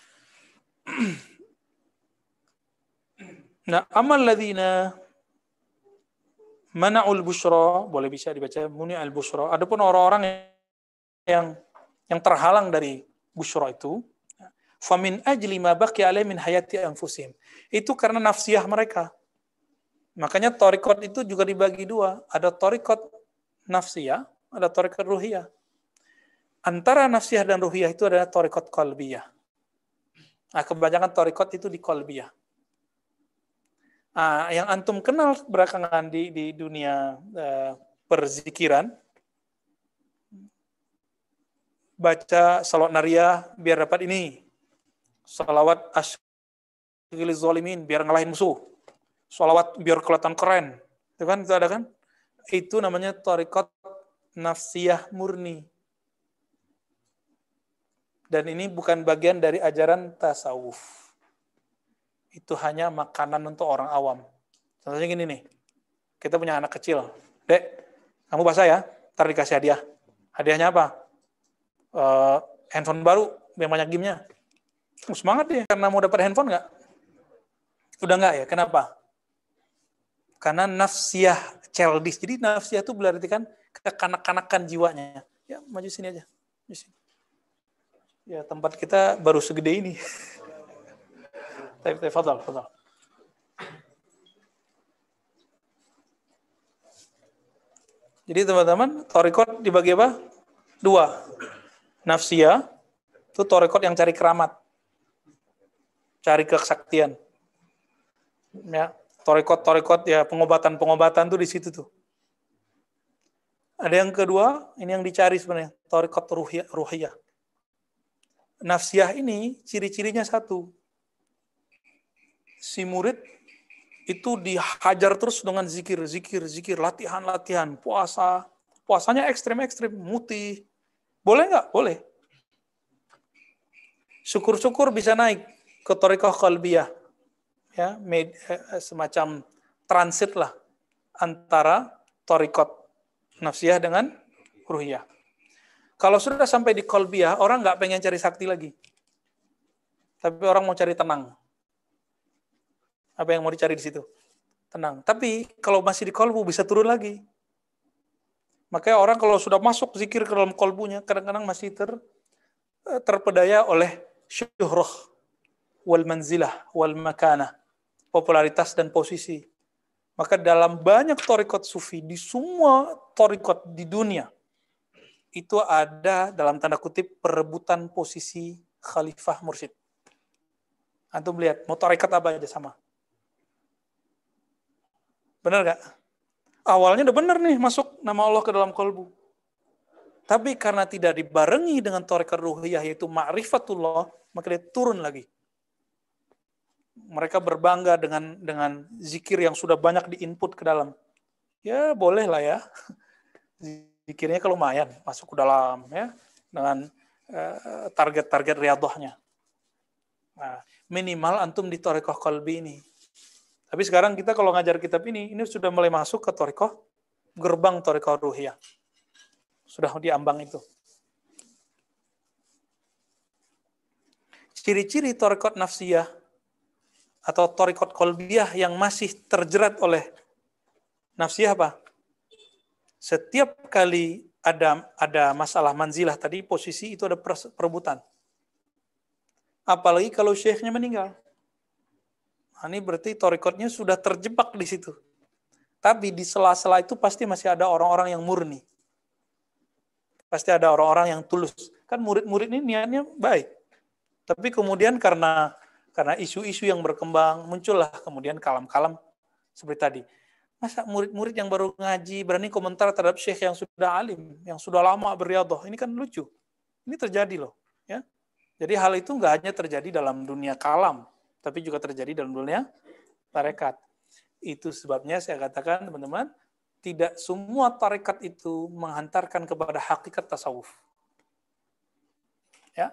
Nah, amal ladzina mana'ul busyra, boleh bisa dibaca muni'al busyra. Adapun orang-orang yang yang terhalang dari busyra itu, famin ajli ma baqiya alaihi min hayati anfusihim. Itu karena nafsiyah mereka. Makanya thariqat itu juga dibagi dua, ada thariqat nafsiyah, ada thariqat ruhiyah. Antara nafsiyah dan ruhiyah itu adalah thariqat qalbiyah. Nah, kebanyakan thariqat itu di qalbiyah. Nah, yang antum kenal belakangan di di dunia uh, perzikiran, baca salawat nariyah biar dapat ini, salawat asyghil zalimin biar ngalahin musuh, salawat biar kelihatan keren, itu kan itu ada kan? Itu namanya thariqat nafsiyah murni. Dan ini bukan bagian dari ajaran tasawuf. Itu hanya makanan untuk orang awam. Contohnya gini nih, kita punya anak kecil. Dek, kamu basah ya, ntar dikasih hadiah. Hadiahnya apa? Uh, handphone baru, yang banyak game-nya. Oh, semangat deh, karena mau dapat handphone nggak? Udah nggak ya, kenapa? Karena nafsiyah childish. Jadi nafsiyah itu berarti kan kekanak-kanakan jiwanya. Ya, maju sini aja. Maju sini. Ya, tempat kita baru segede ini. Tapi, tapi, fadal, fadal. Jadi teman-teman, thariqat dibagi apa? Dua. Nafsiyah, itu thariqat yang cari keramat. Cari kesaktian. Ya, thariqat-thariqat ya pengobatan-pengobatan tuh di situ tuh. Ada yang kedua, ini yang dicari sebenarnya, thariqat ruhiyah, ruhiyah. Nafsiyah ini ciri-cirinya satu. Si murid itu dihajar terus dengan zikir, zikir, zikir, latihan, latihan, puasa. Puasanya ekstrim-ekstrim, mutih. Boleh nggak? Boleh. Syukur-syukur bisa naik ke thariqah qalbiyah. Ya, med, eh, semacam transit lah antara thariqat nafsiyah dengan ruhiyah. Kalau sudah sampai di qalbiyah, orang nggak pengen cari sakti lagi. Tapi orang mau cari tenang. Apa yang mau dicari di situ? Tenang. Tapi kalau masih di kolbu bisa turun lagi. Makanya orang kalau sudah masuk zikir ke dalam kolbunya, kadang-kadang masih ter, terpedaya oleh syuhrah, wal manzilah, wal makanah, popularitas dan posisi. Maka dalam banyak thariqat sufi, di semua thariqat di dunia, itu ada dalam tanda kutip perebutan posisi khalifah mursyid. Antum lihat, mau thariqat apa aja sama. Benar gak? Awalnya udah benar nih masuk nama Allah ke dalam kolbu. Tapi karena tidak dibarengi dengan thariqat ruhiyah yaitu ma'rifatullah, maka dia turun lagi. Mereka berbangga dengan dengan zikir yang sudah banyak diinput ke dalam. Ya boleh lah ya. Zikirnya kalau lumayan masuk ke dalam ya dengan uh, target-target riyadhahnya. Nah, minimal antum di thariqah qalbi ini. Tapi sekarang kita kalau ngajar kitab ini, ini sudah mulai masuk ke thariqah, gerbang thariqah ruhiyah. Sudah diambang itu. Ciri-ciri thariqat nafsiyah atau thariqat qalbiyah yang masih terjerat oleh nafsiyah apa? Setiap kali ada ada masalah manzilah tadi, posisi itu ada perebutan. Apalagi kalau syekhnya meninggal. Nah, ini berarti thariqatnya sudah terjebak di situ. Tapi di sela-sela itu pasti masih ada orang-orang yang murni. Pasti ada orang-orang yang tulus. Kan murid-murid ini niatnya baik. Tapi kemudian karena karena isu-isu yang berkembang, muncullah kemudian kalam-kalam seperti tadi. Masa murid-murid yang baru ngaji berani komentar terhadap syekh yang sudah alim, yang sudah lama beriadah? Ini kan lucu. Ini terjadi loh. Ya. Jadi hal itu nggak hanya terjadi dalam dunia kalam, tapi juga terjadi dalam dunia tarekat. Itu sebabnya saya katakan, teman-teman, tidak semua tarekat itu menghantarkan kepada hakikat tasawuf. Ya.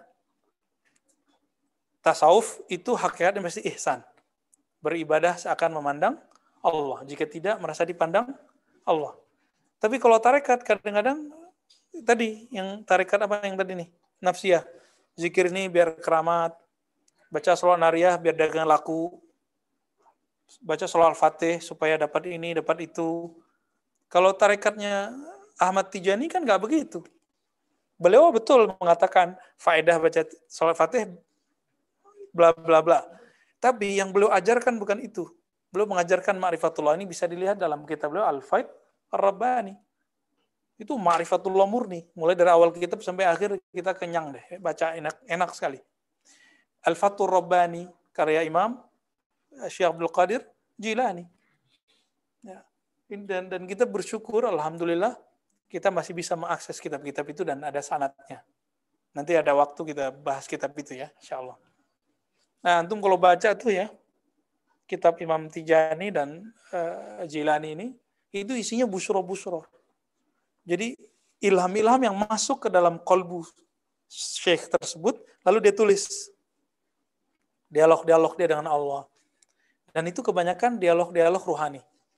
Tasawuf itu hakikatnya mesti ihsan. Beribadah seakan memandang Allah. Jika tidak, merasa dipandang Allah. Tapi kalau tarekat, kadang-kadang, tadi, yang tarekat apa yang tadi nih? Nafsiyah. Zikir ini biar keramat. Baca sholawat nariyah biar dagang laku. Baca sholawat al-fatih supaya dapat ini, dapat itu. Kalau tarekatnya Ahmad Tijani kan nggak begitu. Beliau betul mengatakan, faedah baca sholawat fatih, bla bla bla. Tapi yang beliau ajarkan bukan itu. Beliau mengajarkan ma'rifatullah, ini bisa dilihat dalam kitab beliau Al-Faid Ar-Rabbani. Itu ma'rifatullah murni. Mulai dari awal kitab sampai akhir kita kenyang deh. Baca enak, enak sekali. Al-Fathur Rabbani, karya Imam Syekh Abdul Qadir Jilani. Ya. Dan, dan kita bersyukur, alhamdulillah, kita masih bisa mengakses kitab-kitab itu dan ada sanadnya. Nanti ada waktu kita bahas kitab itu ya, insya Allah. Nah, antum kalau baca tuh ya, kitab Imam Tijani dan uh, Jilani ini, itu isinya busro-busro. Jadi ilham-ilham yang masuk ke dalam kolbu syekh tersebut, lalu dia tulis dialog-dialog dia dengan Allah. Dan itu kebanyakan dialog-dialog ruhani.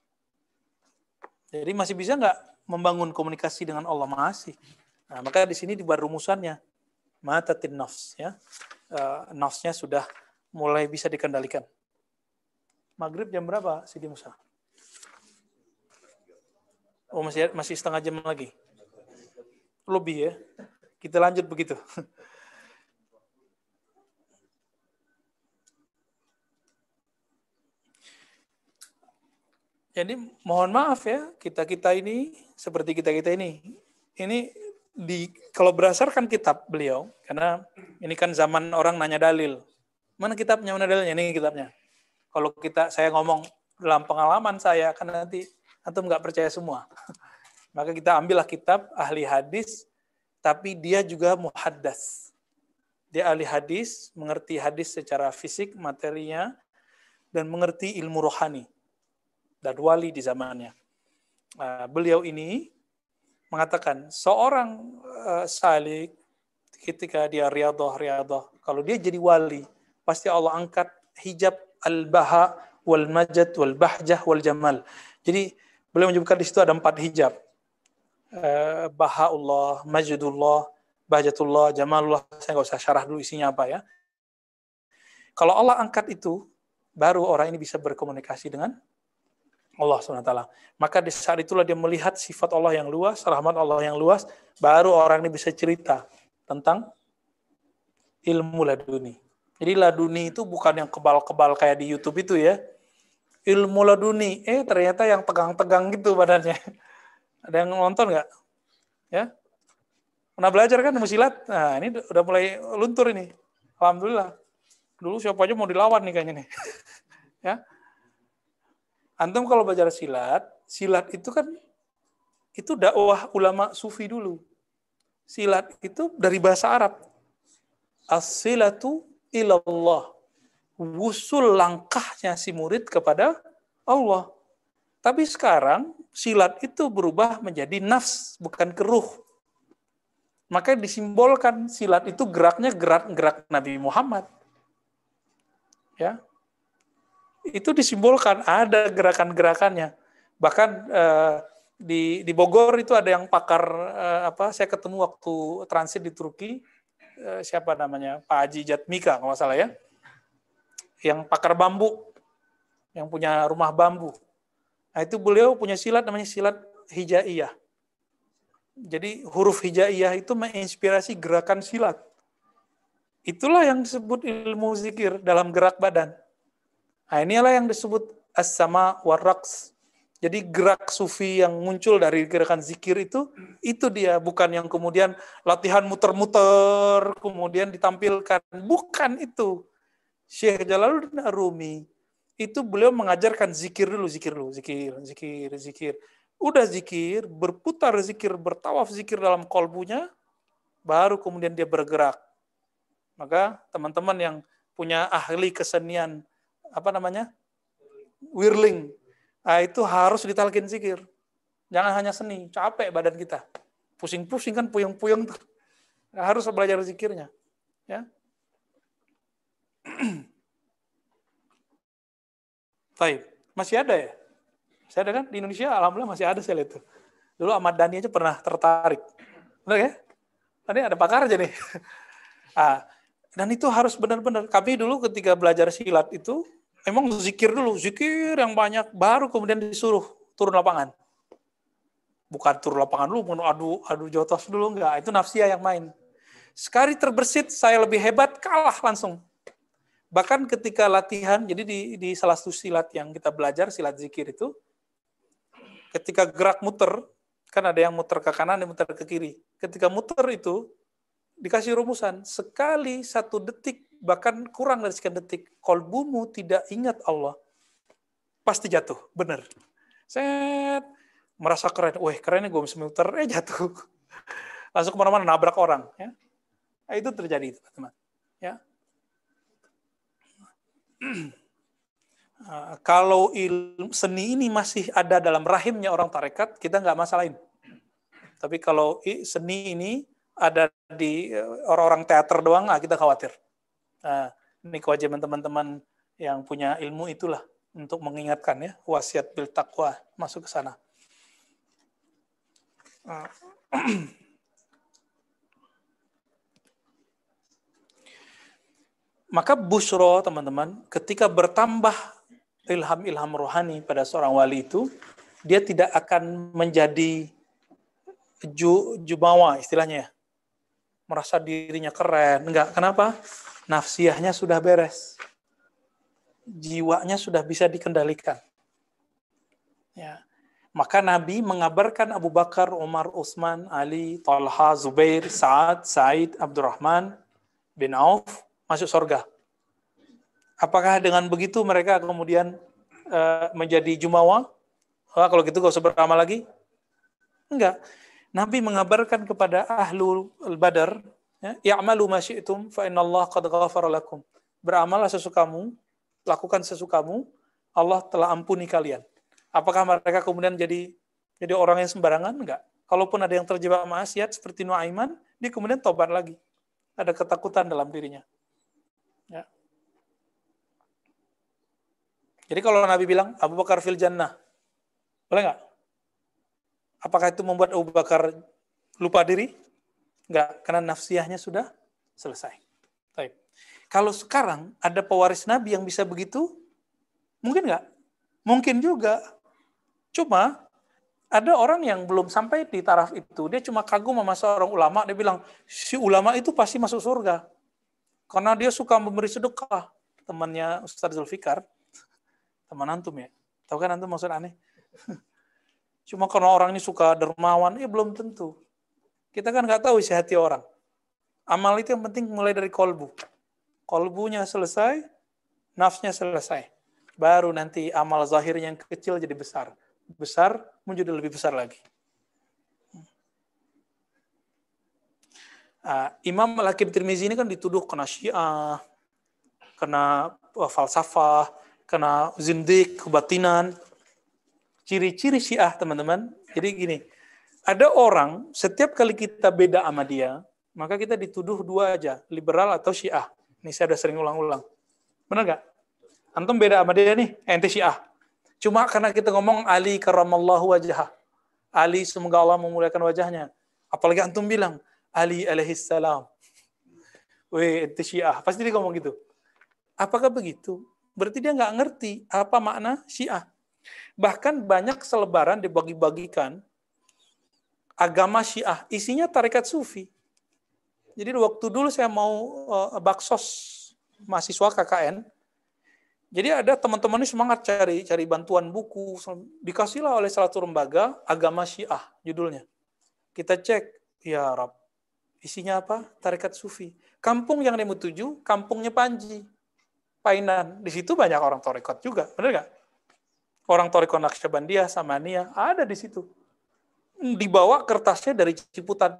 Jadi masih bisa nggak membangun komunikasi dengan Allah? Masih. Nah, maka di sini dibuat rumusannya. Matatin nafs. Ya. Uh, nafsnya sudah mulai bisa dikendalikan. Maghrib jam berapa, Sidi Musa? Oh, masih masih setengah jam lagi. Lebih ya. Kita lanjut begitu. Jadi mohon maaf ya, kita-kita ini, seperti kita-kita ini, ini di kalau berdasarkan kitab beliau, karena ini kan zaman orang nanya dalil. Mana kitabnya, mana dalilnya? Ini kitabnya. Kalau kita saya ngomong dalam pengalaman saya, kan nanti antum nggak percaya semua. Maka kita ambillah kitab ahli hadis, tapi dia juga muhaddas. Dia ahli hadis, mengerti hadis secara fisik, materinya, dan mengerti ilmu rohani. Dan wali di zamannya. Uh, beliau ini mengatakan, seorang uh, salik, ketika dia riadah-riadah, kalau dia jadi wali, pasti Allah angkat hijab al-baha wal majad wal bahjah wal jamal. Jadi beliau menyebutkan di situ ada empat hijab. Uh, Bahaullah, Majidullah, Bahjatullah, Jamalullah. Saya nggak usah syarah dulu isinya apa ya. Kalau Allah angkat itu, baru orang ini bisa berkomunikasi dengan Allah subhanahu wa taala. Maka di saat itulah dia melihat sifat Allah yang luas, rahmat Allah yang luas, baru orang ini bisa cerita tentang ilmu laduni. Jadi laduni itu bukan yang kebal-kebal kayak di YouTube itu ya. Ilmu laduni, eh ternyata yang tegang-tegang gitu badannya. Ada yang nonton nggak? Ya, pernah belajar kan ilmu silat? Nah ini udah mulai luntur ini. Alhamdulillah. Dulu siapa aja mau dilawan nih kayaknya nih. Ya. Antum kalau belajar silat, silat itu kan itu dakwah ulama sufi dulu. Silat itu dari bahasa Arab. As-silatu ilallah. Wusul langkahnya si murid kepada Allah. Tapi sekarang silat itu berubah menjadi nafs, bukan keruh. Maka disimbolkan silat itu geraknya gerak-gerak Nabi Muhammad. Ya. Itu disimbolkan, ada gerakan-gerakannya. Bahkan eh, di di Bogor itu ada yang pakar eh, apa? Saya ketemu waktu transit di Turki, eh, siapa namanya? Pak Haji Jatmika kalau nggak salah ya. Yang pakar bambu, yang punya rumah bambu. Nah, itu beliau punya silat namanya silat hijaiyah. Jadi huruf hijaiyah itu menginspirasi gerakan silat. Itulah yang disebut ilmu zikir dalam gerak badan. Nah, inilah yang disebut as-sama war-raqs. Jadi gerak sufi yang muncul dari gerakan zikir itu, itu dia, bukan yang kemudian latihan muter-muter, kemudian ditampilkan. Bukan itu. Syekh Jalaluddin Ar-Rumi itu beliau mengajarkan zikir dulu, zikir dulu, zikir, zikir, zikir. Udah zikir, berputar zikir, bertawaf zikir dalam kolbunya, baru kemudian dia bergerak. Maka teman-teman yang punya ahli kesenian, apa namanya, whirling, nah, itu harus ditalkin zikir. Jangan hanya seni, capek badan kita. Pusing-pusing kan, puyeng-puyeng tuh. Harus belajar zikirnya. Ya. Baik, masih ada ya? Masih ada kan? Di Indonesia alhamdulillah masih ada saya lihat tuh. Dulu Ahmad Dhani aja pernah tertarik. Benar ya? Tadi ada pakar aja nih. Ah, dan itu harus benar-benar. Kami dulu ketika belajar silat itu, memang zikir dulu, zikir yang banyak, baru kemudian disuruh turun lapangan. Bukan turun lapangan dulu, adu adu jotos dulu, enggak. Itu nafsiyah yang main. Sekali terbersit, saya lebih hebat, kalah langsung. Bahkan ketika latihan, jadi di, di salah satu silat yang kita belajar, silat zikir itu, ketika gerak muter, kan ada yang muter ke kanan, yang muter ke kiri. Ketika muter itu, dikasih rumusan, sekali satu detik, bahkan kurang dari sekian detik, kolbumu tidak ingat Allah, pasti jatuh, benar. Set, merasa keren, wah kerennya gue bisa muter, eh jatuh. Langsung kemana-mana, nabrak orang. Ya. Nah, itu terjadi, teman-teman. Ya. Uh, kalau ilmu seni ini masih ada dalam rahimnya orang tarekat, kita nggak masalahin. Tapi kalau seni ini ada di orang-orang teater doang, nah kita khawatir. Uh, ini kewajiban teman-teman yang punya ilmu itulah untuk mengingatkan ya, wasiat bil taqwa masuk ke sana. Uh, Maka busyra, teman-teman, ketika bertambah ilham-ilham rohani pada seorang wali itu, dia tidak akan menjadi ju, jumawa istilahnya, merasa dirinya keren. Enggak, kenapa? Nafsiyahnya sudah beres. Jiwanya sudah bisa dikendalikan. Ya. Maka Nabi mengabarkan Abu Bakar, Umar, Utsman, Ali, Talha, Zubair, Sa'ad, Sa'id, Abdurrahman bin Auf masuk surga. Apakah dengan begitu mereka kemudian uh, menjadi jumawa? Oh, kalau gitu gak usah beramal lagi? Enggak. Nabi mengabarkan kepada ahlul badar, ya, "Ya'malu ma syi'tum fa innallaha qad ghafara lakum." Beramallah sesukamu, lakukan sesukamu, Allah telah ampuni kalian. Apakah mereka kemudian jadi jadi orang yang sembarangan? Enggak. Kalaupun ada yang terjebak maksiat seperti Nuaiman, dia kemudian tobat lagi. Ada ketakutan dalam dirinya. Ya. Jadi kalau Nabi bilang Abu Bakar fil jannah, boleh nggak? Apakah itu membuat Abu Bakar lupa diri? Enggak, karena nafsiyahnya sudah selesai. Baik. Kalau sekarang ada pewaris Nabi yang bisa begitu, mungkin nggak? Mungkin juga. Cuma ada orang yang belum sampai di taraf itu, dia cuma kagum sama seorang ulama, dia bilang, si ulama itu pasti masuk surga. Karena dia suka memberi sedekah. Temannya Ustaz Zulfikar, teman antum ya. Tahu kan antum maksud aneh? Cuma karena orang ini suka dermawan, ya belum tentu. Kita kan nggak tahu isi hati orang. Amal itu yang penting mulai dari kolbu. Kolbunya selesai, nafsnya selesai. Baru nanti amal zahirnya yang kecil jadi besar. Besar menjadi lebih besar lagi. Uh, Imam Al-Hakim Tirmizi ini kan dituduh kena Syiah, kena uh, falsafah, kena zindik, kebatinan. Ciri-ciri Syiah, teman-teman. Jadi gini, ada orang, setiap kali kita beda sama dia, maka kita dituduh dua aja, liberal atau Syiah. Ini saya udah sering ulang-ulang. Benar nggak? Antum beda sama dia nih, ente Syiah. Cuma karena kita ngomong Ali karamallahu wajhah. Ali semoga Allah memuliakan wajahnya. Apalagi antum bilang, Ali alaihissalam. Weh, ente Syiah. Pasti dia ngomong gitu. Apakah begitu? Berarti dia nggak ngerti apa makna Syiah. Bahkan banyak selebaran dibagi-bagikan agama Syiah, isinya tarekat Sufi. Jadi waktu dulu saya mau uh, baksos mahasiswa K K N, jadi ada teman-teman ini semangat cari cari bantuan buku, dikasihlah oleh salah satu lembaga agama Syiah judulnya. Kita cek, ya Rab, isinya apa? Tarekat Sufi. Kampung yang dia mau tuju, kampungnya Panji. Painan. Di situ banyak orang Thariqat juga, benar nggak? Orang Thariqat Naqsyabandiyah, Samaniyah, ada di situ. Dibawa kertasnya dari Ciputat.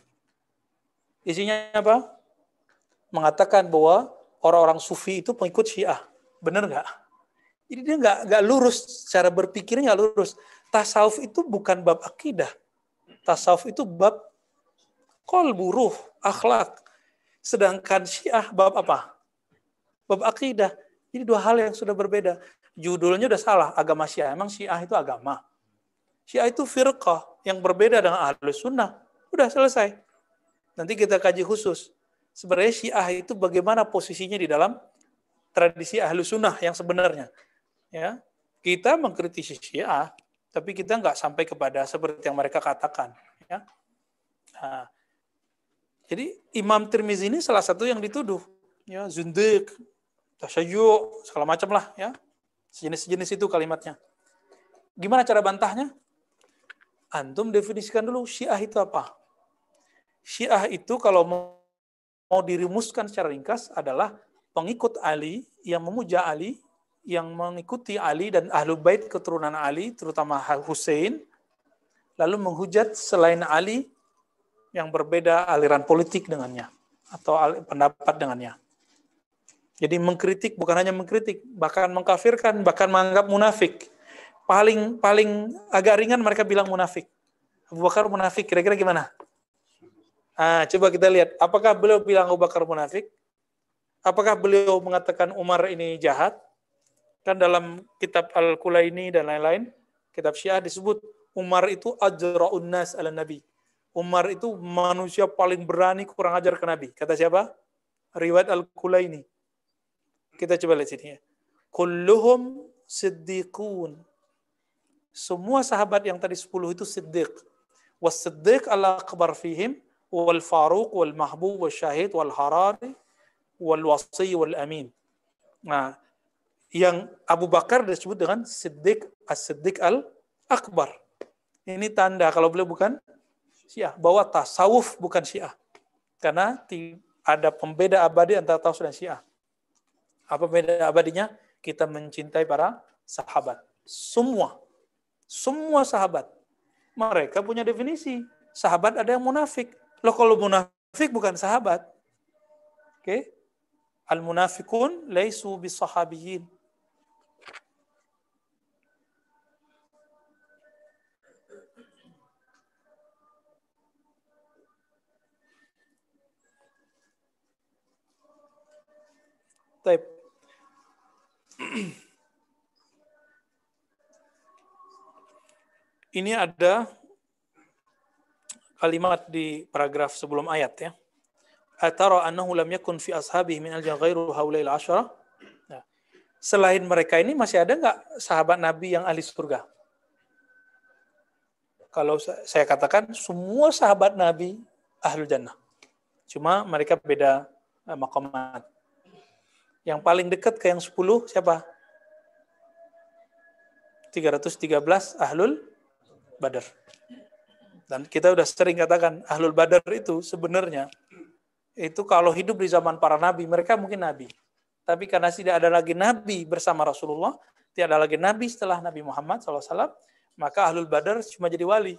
Isinya apa? Mengatakan bahwa orang-orang Sufi itu pengikut Syiah. Benar nggak? Jadi dia nggak nggak lurus, cara berpikirnya nggak lurus. Tasawuf itu bukan bab akidah. Tasawuf itu bab qalbu, ruh, akhlak. Sedangkan Syiah bab apa? Bab akidah. Ini dua hal yang sudah berbeda. Judulnya udah salah, agama Syiah. Emang Syiah itu agama? Syiah itu firqah yang berbeda dengan Ahlus Sunnah. Udah selesai. Nanti kita kaji khusus. Sebenarnya Syiah itu bagaimana posisinya di dalam tradisi Ahlus Sunnah yang sebenarnya. Ya, kita mengkritisi Syiah, tapi kita nggak sampai kepada seperti yang mereka katakan. Ya. Nah, jadi Imam Tirmizi ini salah satu yang dituduh, ya, zindiq, tasyayyu, segala macam lah, ya, sejenis-sejenis itu kalimatnya. Gimana cara bantahnya? Antum definisikan dulu Syiah itu apa? Syiah itu kalau mau dirumuskan secara ringkas adalah pengikut Ali yang memuja Ali, yang mengikuti Ali dan Ahlul Bait keturunan Ali, terutama Hussein, lalu menghujat selain Ali yang berbeda aliran politik dengannya atau pendapat dengannya. Jadi mengkritik bukan hanya mengkritik, bahkan mengkafirkan, bahkan menganggap munafik. Paling paling agak ringan mereka bilang munafik. Abu Bakar munafik, kira-kira gimana? Ah, coba kita lihat, apakah beliau bilang Abu Bakar munafik? Apakah beliau mengatakan Umar ini jahat? Kan dalam kitab Al-Kulaini dan lain-lain, kitab Syiah disebut Umar itu ajra'un nas ala Nabi. Umar itu manusia paling berani kurang ajar ke Nabi. Kata siapa? Riwayat Al-Kulaini. Kita coba lihat sini ya. Kulluhum siddiqun. Semua sahabat yang tadi sepuluh itu siddiq. Was-siddiq al-akbar fihim wal faruq wal mahbub wal syahid wal harari wal wasi wal amin. Nah, yang Abu Bakar disebut dengan Siddiq as-Siddiq al-Akbar. Ini tanda kalau beliau bukan Syiah, bahwa tasawuf bukan Syiah. Karena ada pembeda abadi antara tasawuf dan Syiah. Apa pembeda abadinya? Kita mencintai para sahabat. Semua. Semua sahabat. Mereka punya definisi. Sahabat ada yang munafik. Loh kalau munafik bukan sahabat. Oke? Okay? Al-munafikun laisu bis-sahabiyyin. Taib. Ini ada kalimat di paragraf sebelum ayat ya. Atara annahu lam yakun fi ashabihi min al-jannah ghairu haulail asyara. Nah, selain mereka ini masih ada enggak sahabat Nabi yang ahli surga? Kalau saya katakan semua sahabat Nabi ahlul jannah. Cuma mereka beda maqamat. Yang paling dekat ke yang sepuluh siapa? tiga ratus tiga belas Ahlul Badar. Dan kita udah sering katakan Ahlul Badar itu sebenarnya itu kalau hidup di zaman para nabi, mereka mungkin nabi. Tapi karena tidak ada lagi nabi bersama Rasulullah, tidak ada lagi nabi setelah Nabi Muhammad shallallahu alaihi wasallam, maka Ahlul Badar cuma jadi wali.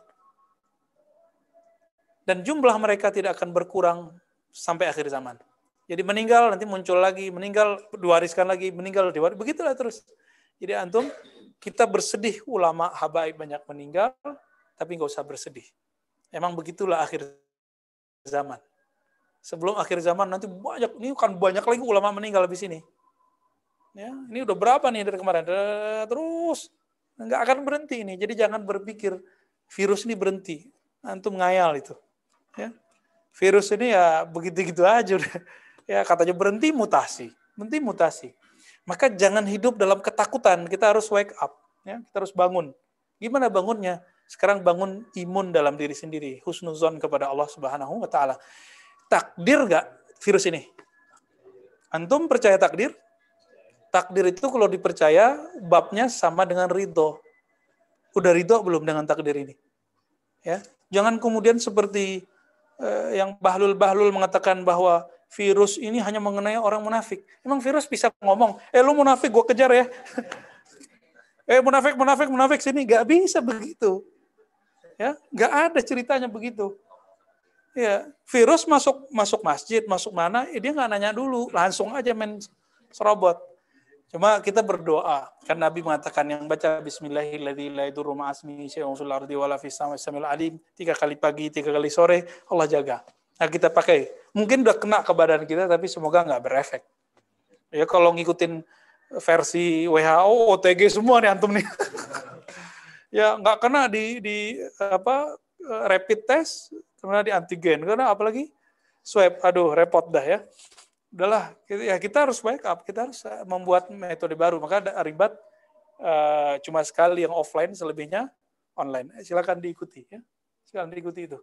Dan jumlah mereka tidak akan berkurang sampai akhir zaman. Jadi meninggal, nanti muncul lagi, meninggal, diwariskan lagi, meninggal, diwariskan, begitulah terus. Jadi antum, kita bersedih ulama habaib banyak meninggal, tapi nggak usah bersedih. Emang begitulah akhir zaman. Sebelum akhir zaman nanti banyak, ini kan banyak lagi ulama meninggal habis ini. Ya, ini udah berapa nih dari kemarin? Terus, nggak akan berhenti ini. Jadi jangan berpikir virus ini berhenti. Antum ngayal itu. Ya. Virus ini ya begitu-gitu aja udah. Ya katanya berhenti mutasi, berhenti mutasi. Maka jangan hidup dalam ketakutan. Kita harus wake up, ya. Kita harus bangun. Gimana bangunnya? Sekarang bangun imun dalam diri sendiri, husnuzon kepada Allah Subhanahu wa taala. Takdir enggak virus ini? Antum percaya takdir? Takdir itu kalau dipercaya babnya sama dengan ridho. Udah ridho belum dengan takdir ini? Ya, jangan kemudian seperti eh, yang bahlul-bahlul mengatakan bahwa virus ini hanya mengenai orang munafik. Emang virus bisa ngomong, eh lu munafik gue kejar ya. eh munafik, munafik, munafik sini. Gak bisa begitu. Ya, gak ada ceritanya begitu. Ya, virus masuk masuk masjid, masuk mana, eh, dia nggak nanya dulu, langsung aja main serobot. Cuma kita berdoa, kan Nabi mengatakan yang baca Bismillahirrahmanirrahim tiga kali pagi, tiga kali sore, Allah jaga. Nah kita pakai, mungkin udah kena ke badan kita, tapi semoga nggak berefek. Ya kalau ngikutin versi W H O, O T G semua nih antum nih, ya nggak kena di di apa rapid test, kena di antigen, karena apalagi swab, aduh repot dah ya. Udahlah, ya kita harus wake up, kita harus membuat metode baru. Maka ada ribat uh, cuma sekali yang offline, selebihnya online. Silakan diikuti ya. Silakan diikuti itu.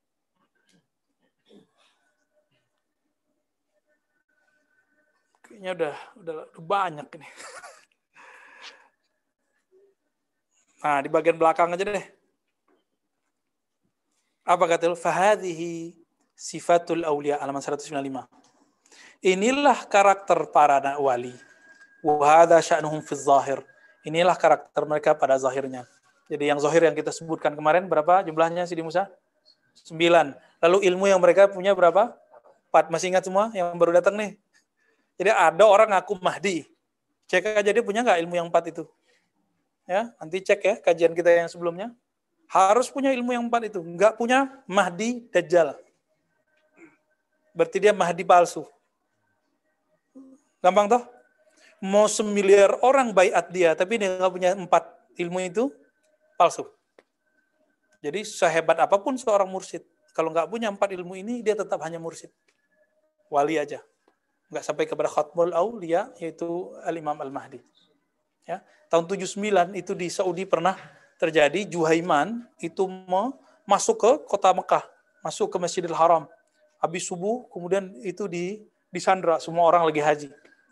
Kayaknya udah udah, udah banyak ini. Nah, di bagian belakang aja deh. Apa kata lu? Fahadhihi sifatul auliya, halaman seratus sembilan puluh lima. Inilah karakter para wali. Wa hadza sya'nuhum fi zahir. Inilah karakter mereka pada zahirnya. Jadi yang zahir yang kita sebutkan kemarin berapa jumlahnya Sidi Musa? Sembilan. Lalu ilmu yang mereka punya berapa? Empat. Masih ingat semua yang baru datang nih? Jadi ada orang ngaku Mahdi. Cek aja dia punya nggak ilmu yang empat itu? Ya, nanti cek ya kajian kita yang sebelumnya. Harus punya ilmu yang empat itu. Nggak punya, Mahdi Dajjal. Berarti dia Mahdi palsu. Gampang toh? Mau semiliar orang baiat dia, tapi dia nggak punya empat ilmu itu, palsu. Jadi sehebat apapun seorang mursyid, kalau nggak punya empat ilmu ini, dia tetap hanya mursyid. Wali aja. Nggak sampai kepada khatmul auliya, yaitu Al-Imam Al-Mahdi. Ya. Tahun tujuh puluh sembilan itu di Saudi pernah terjadi, Juhaiman itu masuk ke kota Mekah, masuk ke Masjidil Haram. Habis subuh, kemudian itu di disandra, semua orang lagi haji.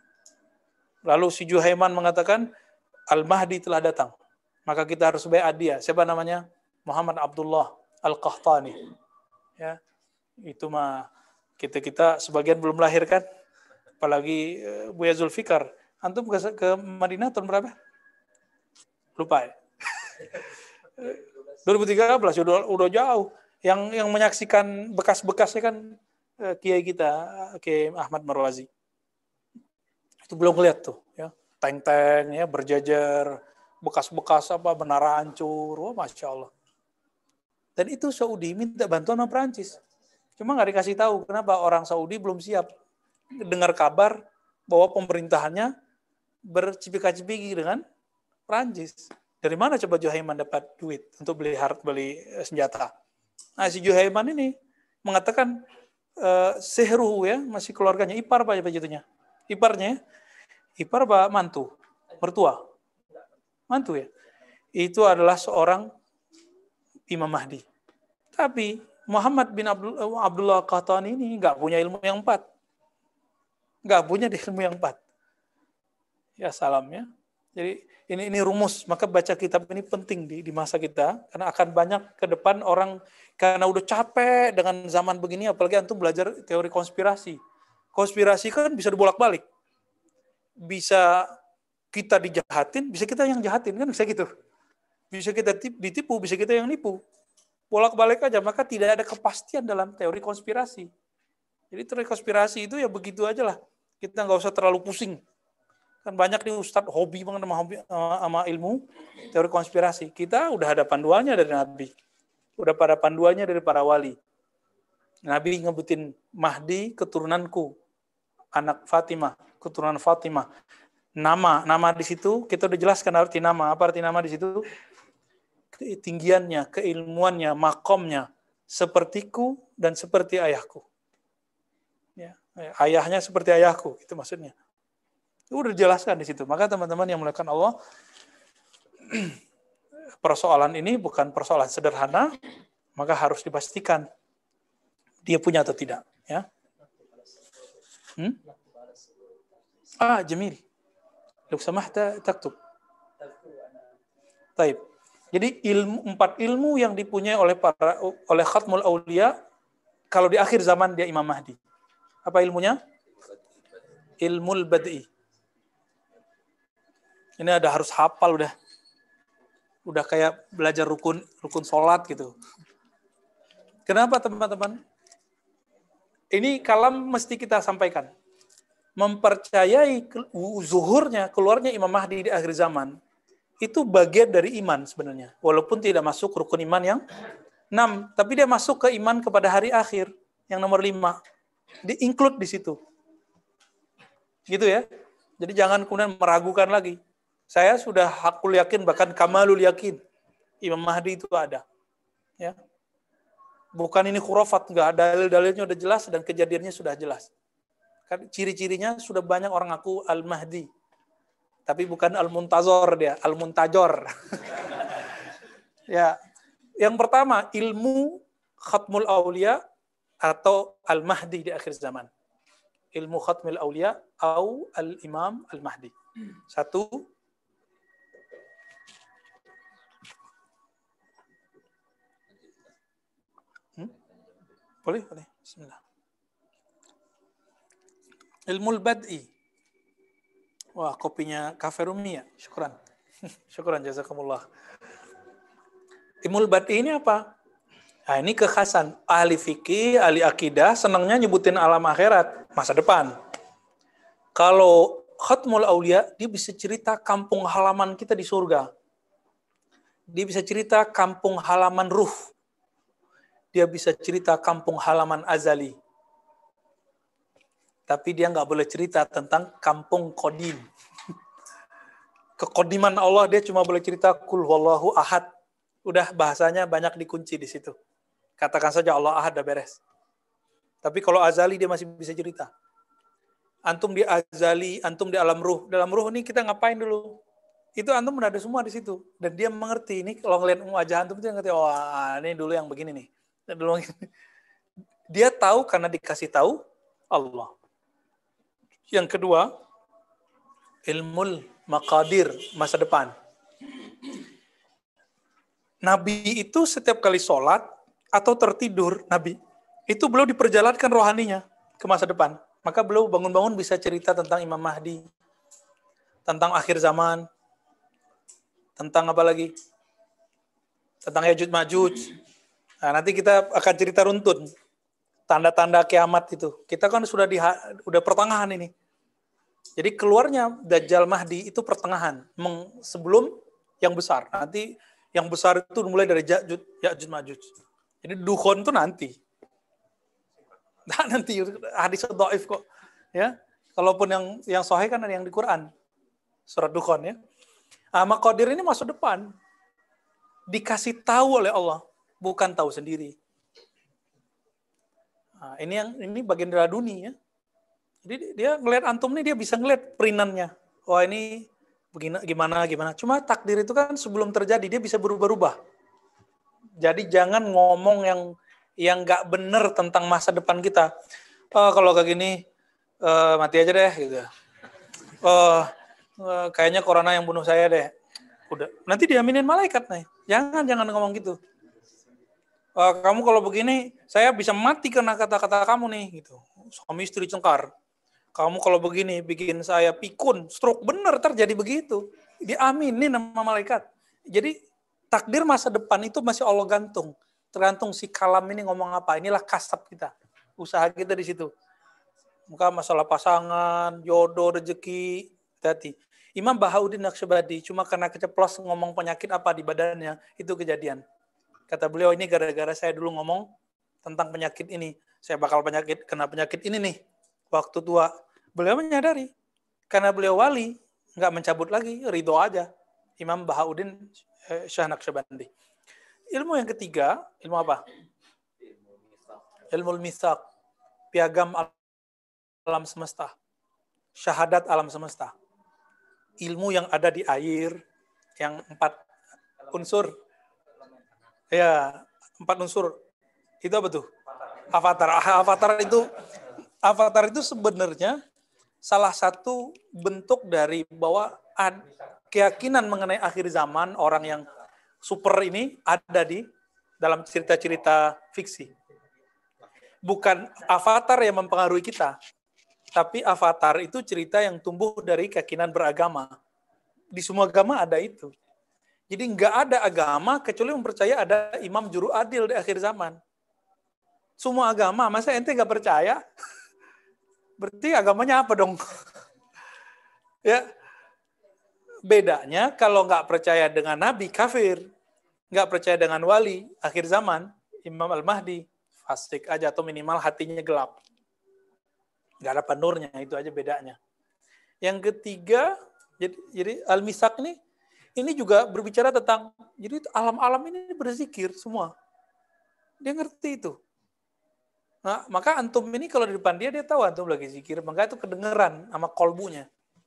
Lalu si Juhaiman mengatakan, Al-Mahdi telah datang. Maka kita harus baiat dia. Siapa namanya? Muhammad Abdullah Al-Qahtani. Ya, itu mah kita-kita sebagian belum lahir kan? Apalagi uh, Buya Zulfikar. Antum ke, ke Madinah tahun berapa? Lupa ya? dua ribu tiga belas, udah, udah jauh. Yang yang menyaksikan bekas-bekasnya kan uh, kiai kita, Kiai Ahmad Marwazi. Itu belum lihat tuh, ya, tank-tank ya berjajar, bekas-bekas apa menara hancur, wah masya Allah. Dan itu Saudi minta bantuan sama Perancis, cuma nggak dikasih tahu kenapa orang Saudi belum siap dengar kabar bahwa pemerintahannya bercipika-cipiki dengan Perancis. Dari mana coba Juhaiman dapat duit untuk beli hard beli senjata? Nah si Juhaiman ini mengatakan uh, sehruhu ya, masih keluarganya, ipar apa jatuhnya? Iparnya ipar apa mantu? Mertua? Mantu ya? Itu adalah seorang Imam Mahdi. Tapi Muhammad bin Abdullah Qahtani ini nggak punya ilmu yang empat. Nggak punya ilmu yang empat. Ya salam ya. Jadi ini ini rumus. Maka baca kitab ini penting di, di masa kita. Karena akan banyak ke depan orang, karena udah capek dengan zaman begini, apalagi antum belajar teori konspirasi. Konspirasi kan bisa dibolak-balik. Bisa kita dijahatin, bisa kita yang jahatin, kan bisa gitu. Bisa kita ditipu, bisa kita yang nipu. Bolak-balik aja, maka tidak ada kepastian dalam teori konspirasi. Jadi teori konspirasi itu ya begitu aja lah. Kita nggak usah terlalu pusing. Kan banyak nih Ustadz hobi banget sama, hobi, sama ilmu teori konspirasi. Kita udah ada panduannya dari Nabi. Udah pada panduannya dari para wali. Nabi ngebutin Mahdi keturunanku, anak Fatimah, keturunan Fatimah. Nama, nama di situ kita udah jelaskan arti nama. Apa arti nama di situ? Ketinggiannya, keilmuannya, makomnya, sepertiku dan seperti ayahku. Ya, ayahnya seperti ayahku, itu maksudnya. Itu udah dijelaskan di situ. Maka teman-teman yang melakukan Allah, persoalan ini bukan persoalan sederhana, maka harus dipastikan dia punya atau tidak. Ya. Hmm? Ah, Jamil. Luk samahta taktub. Taib. Jadi ilmu empat ilmu yang dipunyai oleh para oleh Khatmul Auliya kalau di akhir zaman dia Imam Mahdi. Apa ilmunya? Ilmul bad'i. Ini ada harus hafal udah. Udah kayak belajar rukun rukun sholat gitu. Kenapa teman-teman? Ini kalam mesti kita sampaikan. Mempercayai zuhurnya, keluarnya Imam Mahdi di akhir zaman, itu bagian dari iman sebenarnya. Walaupun tidak masuk rukun iman yang enam, tapi dia masuk ke iman kepada hari akhir, yang nomor lima. Di-include di situ. Gitu ya. Jadi jangan kemudian meragukan lagi. Saya sudah hakul yakin, bahkan kamalul yakin. Imam Mahdi itu ada. Ya. Bukan ini khurafat, enggak. Dalil-dalilnya sudah jelas dan kejadiannya sudah jelas. Kan ciri-cirinya sudah banyak orang ngaku Al-Mahdi. Tapi bukan Al-Muntazor dia, Al-Muntajor. Ya. Yang pertama, ilmu Khatmul Aulia atau Al-Mahdi di akhir zaman. Ilmu Khatmul Aulia atau Al-Imam Al-Mahdi. Satu, Boleh, boleh. Bismillah. Ilmul bad'i. Wah, kopinya Cafe Rumi ya. Syukran. Syukran, jazakumullah. Ilmul bad'i ini apa? Nah, ini kekhasan. Ahli fikih, ahli akidah, senangnya nyebutin alam akhirat, masa depan. Kalau Khatmul Aulia, dia bisa cerita kampung halaman kita di surga. Dia bisa cerita kampung halaman ruh. Dia bisa cerita kampung halaman azali. Tapi dia nggak boleh cerita tentang kampung kodim. Kekodiman Allah dia cuma boleh cerita kul huwallahu ahad. Udah bahasanya banyak dikunci di situ. Katakan saja Allah ahad, dah beres. Tapi kalau azali dia masih bisa cerita. Antum di azali, antum di alam ruh. Dalam ruh ini kita ngapain dulu? Itu antum ada semua di situ. Dan dia mengerti. Ini kalau ngeliat wajah antum, dia ngerti, oh ini dulu yang begini nih. Dia tahu karena dikasih tahu Allah. Yang kedua, ilmul maqadir, masa depan. Nabi itu setiap kali sholat atau tertidur, Nabi itu beliau diperjalankan rohaninya ke masa depan. Maka beliau bangun-bangun bisa cerita tentang Imam Mahdi, tentang akhir zaman, tentang apa lagi? Tentang Ya'juj Ma'juj. Nah, nanti kita akan cerita runtun tanda-tanda kiamat itu. Kita kan sudah di udah pertengahan ini. Jadi keluarnya Dajjal Mahdi itu pertengahan, meng, sebelum yang besar. Nanti yang besar itu mulai dari Ya'juj, Ya'juj Ma'juj. Jadi Dukhon itu nanti. Nah, nanti hadis dhaif kok. Ya. Kalaupun yang yang sahih kan ada yang di Quran. Surat Dukhon ya. Ah, Maqadir ini masuk depan. Dikasih tahu oleh Allah. Bukan tahu sendiri. Nah, ini yang ini bagian dari dunia ya. Jadi dia ngelihat antum nih, dia bisa ngelihat perinannya. Wah ini begini, gimana gimana. Cuma takdir itu kan sebelum terjadi dia bisa berubah-ubah. Jadi jangan ngomong yang yang nggak benar tentang masa depan kita. Oh, kalau kayak gini uh, mati aja deh gitu. Oh, uh, kayaknya corona yang bunuh saya deh. Udah. Nanti diaminin malaikat nih. Jangan jangan ngomong gitu. Uh, kamu kalau begini, saya bisa mati karena kata-kata kamu nih, gitu. Suami istri cengkar. Kamu kalau begini, bikin saya pikun, stroke, bener terjadi begitu. Diaminin sama malaikat. Jadi takdir masa depan itu masih Allah gantung. Tergantung si kalam ini ngomong apa. Inilah kasab kita, usaha kita di situ. Muka masalah pasangan, jodoh, rezeki, hati. Imam Bahauddin Naqsyabandi cuma karena keceplos ngomong penyakit apa di badannya, itu kejadian. Kata beliau, ini gara-gara saya dulu ngomong tentang penyakit ini. Saya bakal penyakit kena penyakit ini nih. Waktu tua. Beliau menyadari. Karena beliau wali. Nggak mencabut lagi. Ridho aja. Imam Bahauddin eh, Syah Naqsyabandi. Ilmu yang ketiga. Ilmu apa? Ilmu mitsaq. Piagam alam semesta. Syahadat alam semesta. Ilmu yang ada di air. Yang empat unsur. Ya, empat unsur. Itu apa tuh? Avatar. Avatar itu avatar itu sebenarnya salah satu bentuk dari bahwa keyakinan mengenai akhir zaman orang yang super ini ada di dalam cerita-cerita fiksi. Bukan avatar yang mempengaruhi kita, tapi avatar itu cerita yang tumbuh dari keyakinan beragama. Di semua agama ada itu. Jadi nggak ada agama kecuali mempercaya ada imam juru adil di akhir zaman. Semua agama, masa ente nggak percaya? Berarti agamanya apa dong? Ya, bedanya kalau nggak percaya dengan Nabi, kafir. Nggak percaya dengan wali, akhir zaman, Imam Al-Mahdi, fasik aja atau minimal hatinya gelap. Nggak ada penurnya, itu aja bedanya. Yang ketiga, jadi, jadi Al-Misak ini, ini juga berbicara tentang, jadi alam-alam ini berzikir semua. Dia ngerti itu. Nah, maka antum ini kalau di depan dia, dia tahu antum lagi zikir, maka itu kedengeran sama kolbunya.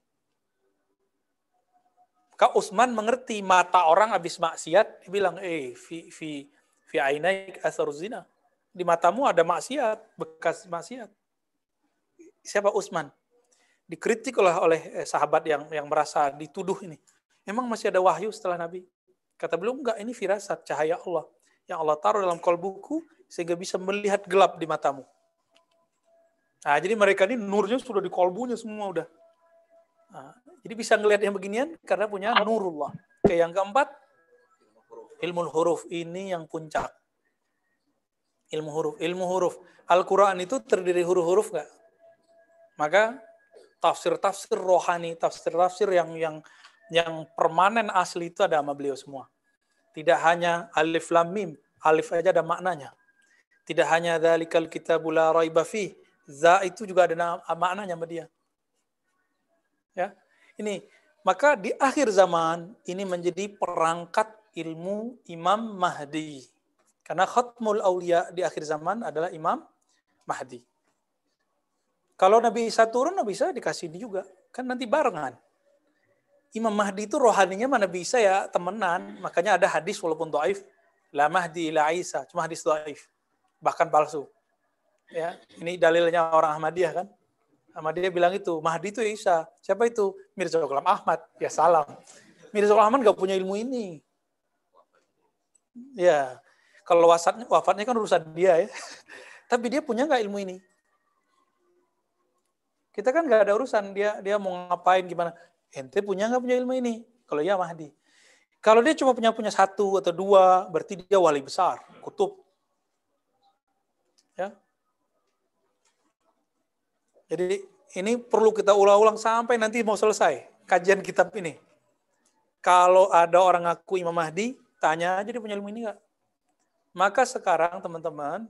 Maka Utsman mengerti mata orang habis maksiat, dia bilang, eh, fi, fi, fi ainaik asar zina. Di matamu ada maksiat, bekas maksiat. Siapa Utsman? Dikritik oleh, oleh sahabat yang yang merasa dituduh ini. Memang masih ada wahyu setelah Nabi? Kata beliau, enggak, ini firasat, cahaya Allah. Yang Allah taruh dalam kolbuku, sehingga bisa melihat gelap di matamu. Nah, jadi mereka ini nurnya sudah di kolbunya semua udah. Nah, jadi bisa ngelihat yang beginian karena punya nurullah. Oke, yang keempat, ilmu huruf. Ini yang puncak. Ilmu huruf. Ilmu huruf. Al-Quran itu terdiri huruf-huruf nggak? Maka tafsir-tafsir rohani, tafsir-tafsir yang yang yang permanen asli itu ada sama beliau semua. Tidak hanya alif lam mim, alif aja ada maknanya. Tidak hanya dzalikal kitabul la raiba fi, za itu juga ada maknanya sama dia. Ya. Ini maka di akhir zaman ini menjadi perangkat ilmu Imam Mahdi. Karena khatmul aulia di akhir zaman adalah Imam Mahdi. Kalau Nabi Isa turun, Nabi Isa dikasih ini juga. Kan nanti barengan. Imam Mahdi itu rohaninya mana bisa ya temenan. Makanya ada hadis walaupun dhaif, la Mahdi la Isa, cuma hadis dhaif. Bahkan palsu. Ya, ini dalilnya orang Ahmadiyah kan. Ahmadiyah bilang itu, Mahdi itu Isa. Siapa itu? Mirza Ghulam Ahmad. Ya salam. Mirza Ghulam Ahmad nggak punya ilmu ini. Ya, kalau wafatnya, wafatnya kan urusan dia ya. Tapi dia punya nggak ilmu ini? Kita kan nggak ada urusan dia dia mau ngapain gimana. Ente punya nggak punya ilmu ini? Kalau ya Mahdi. Kalau dia cuma punya punya satu atau dua, berarti dia wali besar, kutub. Ya. Jadi ini perlu kita ulang-ulang sampai nanti mau selesai kajian kitab ini. Kalau ada orang ngaku Imam Mahdi, tanya aja dia punya ilmu ini nggak? Maka sekarang teman-teman,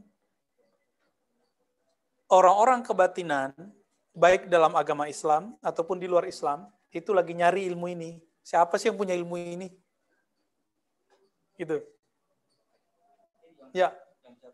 orang-orang kebatinan, baik dalam agama Islam ataupun di luar Islam, itu lagi nyari ilmu ini. Siapa sih yang punya ilmu ini? Gitu. Ya.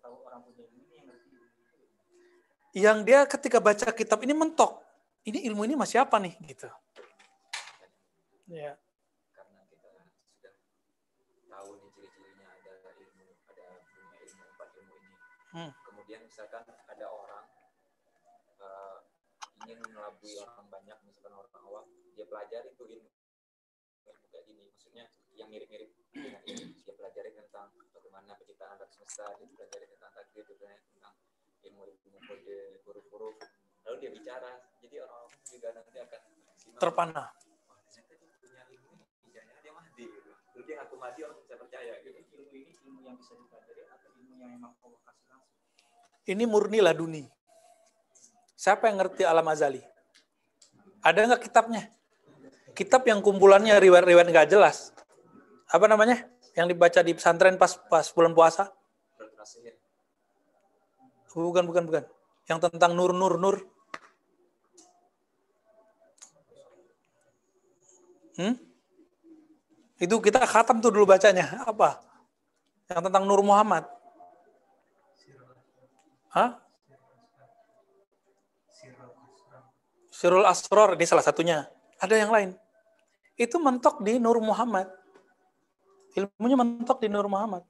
Yang dia ketika baca kitab ini mentok. Ini ilmu ini masih apa nih? Gitu. Ya. Karena kita sudah tahu nih ciri-cirinya ada ilmu, ada punya ilmu, empat ilmu ini. Hmm. Kemudian misalkan ada orang uh, ingin melabui orang banyak, misalkan orang awam, dia pelajari tuh ilmu ilmu kayak gini, maksudnya yang mirip-mirip dengan ini, dia pelajari tentang bagaimana penciptaan alam semesta, dia pelajari tentang takdir, dia pelajari tentang ilmu-ilmu kode, huruf-huruf, lalu dia bicara, jadi orang juga nanti akan terpana. Wah, ternyata dia punya ilmu ini, jangan dia Mahdi gitu. Lalu dia ngaku Mahdi, orang bisa percaya gitu. Ilmu ini ilmu yang bisa dipelajari atau ilmu yang memang Allah kasih langsung? Ini murni laduni. Siapa yang ngerti Alam Azali? Ada nggak kitabnya? Kitab yang kumpulannya riwayat-riwayat nggak jelas. Apa namanya? Yang dibaca di pesantren pas pas bulan puasa? Bukan, bukan, bukan. Yang tentang nur, nur, nur. Hmm? Itu kita khatam tuh dulu bacanya. Apa? Yang tentang Nur Muhammad. Hah? Sirul Asror, ini salah satunya. Ada yang lain. Itu mentok di Nur Muhammad. Ilmunya mentok di Nur Muhammad.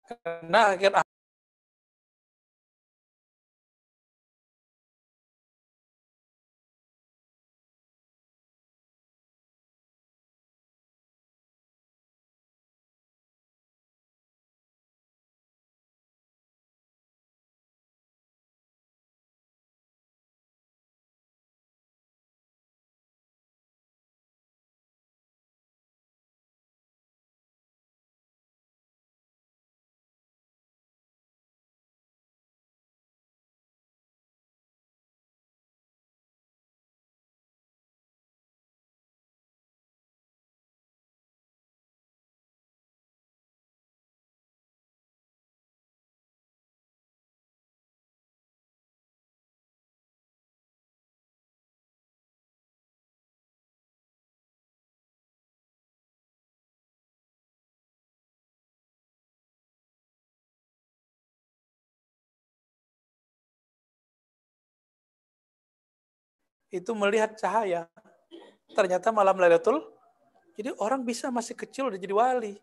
Karena akhir itu melihat cahaya. Ternyata malam Lailatul, jadi orang bisa masih kecil udah jadi wali.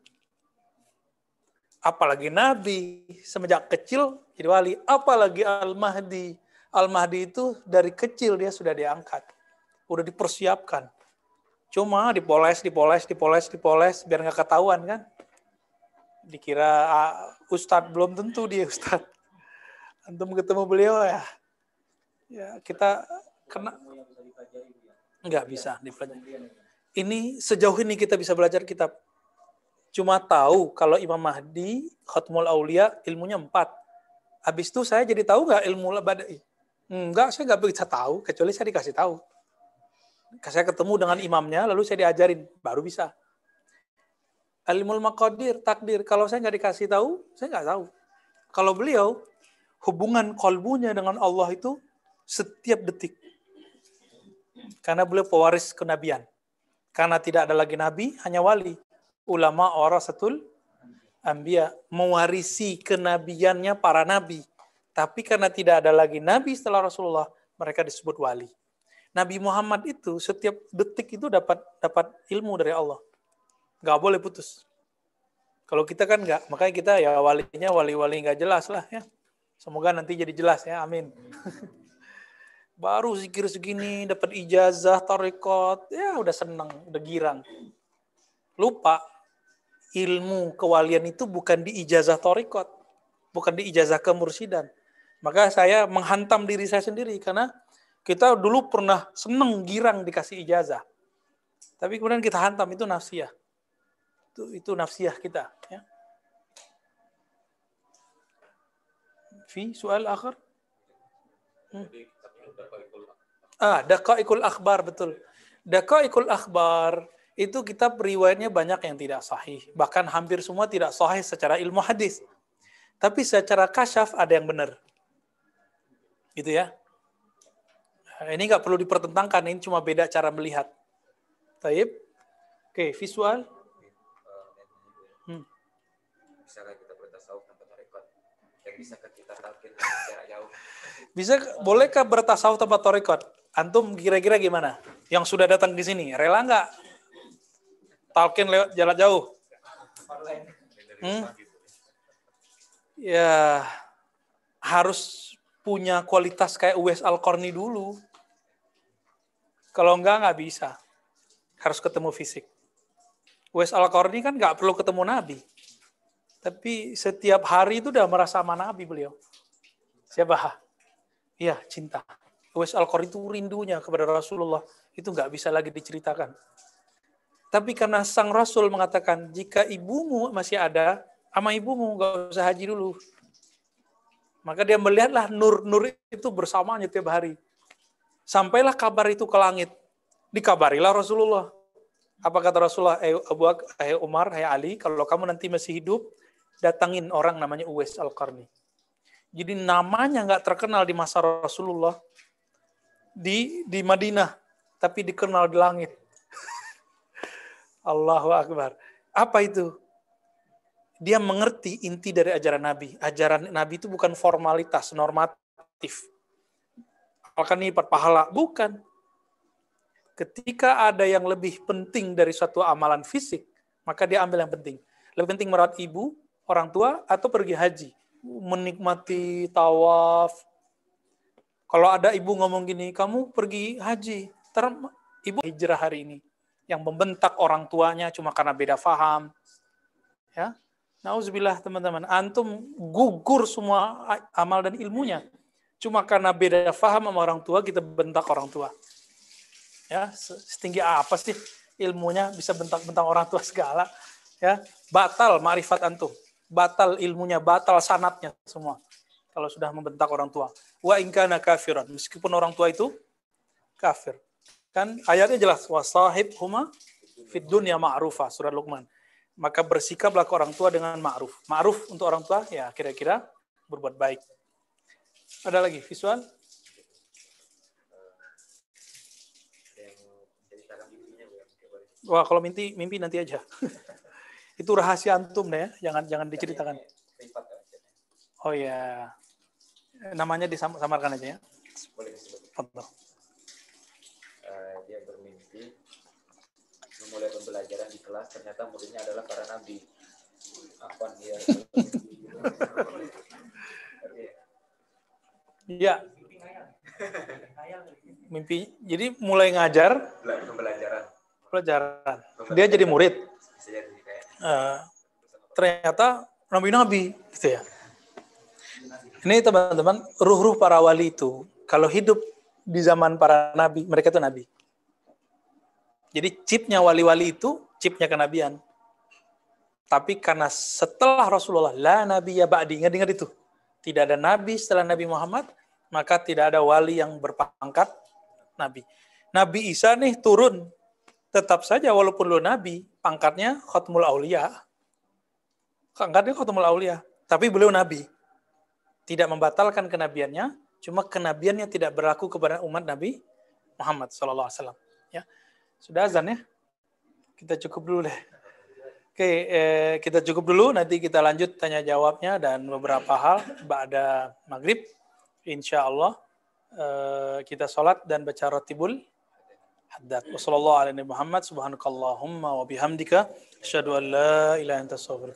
Apalagi Nabi, semenjak kecil jadi wali. Apalagi Al-Mahdi. Al-Mahdi itu dari kecil dia sudah diangkat. Udah dipersiapkan. Cuma dipoles, dipoles, dipoles, dipoles, biar nggak ketahuan kan. Dikira uh, Ustadz, belum tentu dia Ustadz. Antum ketemu beliau ya, ya kita kena nggak bisa dipelajari. Ini sejauh ini kita bisa belajar kitab. Cuma tahu kalau Imam Mahdi, Khatmul Aulia, ilmunya empat. Habis itu saya jadi tahu nggak ilmu badai? Enggak, saya nggak bisa tahu, kecuali saya dikasih tahu. Saya ketemu dengan imamnya, lalu saya diajarin, baru bisa. Ilmul maqadir, takdir, kalau saya nggak dikasih tahu, saya nggak tahu. Kalau beliau, hubungan kolbunya dengan Allah itu setiap detik. Karena beliau pewaris kenabian. Karena tidak ada lagi nabi, hanya wali. Ulama warasatul anbiya, mewarisi kenabiannya para nabi. Tapi karena tidak ada lagi nabi setelah Rasulullah, mereka disebut wali. Nabi Muhammad itu setiap detik itu dapat dapat ilmu dari Allah. Nggak boleh putus. Kalau kita kan nggak, makanya kita ya walinya wali-wali nggak jelas lah ya. Semoga nanti jadi jelas ya, amin. Baru zikir segini, dapat ijazah, tarekat, ya udah seneng, udah girang. Lupa, ilmu kewalian itu bukan di ijazah tarekat, bukan di ijazah kemursidan. Maka saya menghantam diri saya sendiri, karena kita dulu pernah seneng, girang dikasih ijazah. Tapi kemudian kita hantam, itu nafsiyah. Itu, itu nafsiyah kita. Ya. Fi soal akhir? Hmm. Ah, Daqaiqul Akhbar, betul. Daqaiqul Akhbar itu kitab riwayatnya banyak yang tidak sahih. Bahkan hampir semua tidak sahih secara ilmu hadis. Tapi secara kasyaf ada yang benar. Gitu ya. Ini nggak perlu dipertentangkan, ini cuma beda cara melihat. Taib. Oke, visual. Hmm. Bisakah kita bertasawuf tanpa tarekat? Yang bisakah kita talqin jarak jauh? Bisa, bolehkah bertasawuf tanpa tarekat? Antum kira-kira gimana? Yang sudah datang di sini, rela nggak talqin lewat jarak jauh? Hmm? Ya, harus punya kualitas kayak Uwais Al-Qarni dulu. Kalau enggak, nggak bisa. Harus ketemu fisik. Uwais Al-Qarni kan nggak perlu ketemu Nabi. Tapi setiap hari itu udah merasa sama Nabi beliau. Siapa? Iya, cinta. Uwais Al-Qarni itu rindunya kepada Rasulullah. Itu nggak bisa lagi diceritakan. Tapi karena sang Rasul mengatakan, jika ibumu masih ada, sama ibumu nggak usah haji dulu. Maka dia melihatlah nur-nur itu bersamanya tiap hari. Sampailah kabar itu ke langit. Dikabarilah Rasulullah. Apa kata Rasulullah? Eh Abu eh Umar, eh Ali, kalau kamu nanti masih hidup, datangin orang namanya Uwais Al-Qarni. Jadi namanya nggak terkenal di masa Rasulullah di di Madinah, tapi dikenal di langit. Allahu Akbar. Apa itu? Dia mengerti inti dari ajaran Nabi. Ajaran Nabi itu bukan formalitas, normatif. Akan dapat pahala. Bukan. Ketika ada yang lebih penting dari suatu amalan fisik, maka dia ambil yang penting. Lebih penting merawat ibu, orang tua atau pergi haji, menikmati tawaf. Kalau ada ibu ngomong gini, kamu pergi haji, ter ibu hijrah hari ini, yang membentak orang tuanya cuma karena beda faham, ya. Nauzubillah teman-teman, antum gugur semua amal dan ilmunya. Cuma karena beda faham sama orang tua, kita bentak orang tua. Ya, setinggi apa sih ilmunya bisa bentak-bentak orang tua segala? Ya, batal ma'rifat antum, batal ilmunya, batal sanatnya semua. Kalau sudah membentak orang tua. Wa in kana kafiran, meskipun orang tua itu kafir. Kan ayatnya jelas, wasahibhuma fid dunya ma'rufa, surat Luqman. Maka bersikaplah ke orang tua dengan ma'ruf. Ma'ruf untuk orang tua, ya kira-kira berbuat baik. Ada lagi visual? Wah, kalau mimpi, mimpi nanti aja. Itu rahasia antum deh ya, jangan jangan diceritakan. Oh ya, namanya disamarkan aja ya. Betul. Dia bermimpi memulai pembelajaran di kelas, ternyata muridnya adalah para nabi. Apa dia? Iya. Mimpi. Jadi mulai ngajar. Pembelajaran. Pelajaran. Dia jadi murid. Uh, ternyata nabi-nabi, gitu ya. Ini teman-teman, ruh-ruh para wali itu kalau hidup di zaman para nabi, mereka itu nabi. Jadi chipnya wali-wali itu chipnya kenabian. Tapi karena setelah Rasulullah, la nabiyya ba'di, ingat-ingat itu. Tidak ada nabi setelah Nabi Muhammad, maka tidak ada wali yang berpangkat nabi. Nabi Isa nih turun, tetap saja walaupun lu nabi, pangkatnya khatmul aulia. Pangkatnya khatmul aulia, tapi beliau nabi. Tidak membatalkan kenabiannya, cuma kenabiannya tidak berlaku kepada umat Nabi Muhammad sallallahu alaihi wasallam. Ya. Sudah azan ya? Kita cukup dulu deh. Oke, eh, kita cukup dulu. Nanti kita lanjut tanya jawabnya dan beberapa hal ba'da maghrib. Insya Allah eh, kita sholat dan baca ratibul haddad. Wassalamualaikum warahmatullahi wabarakatuh. Subhanakallahumma wa bihamdika. Asyhadu an la ilaha illa anta astaghfiruka.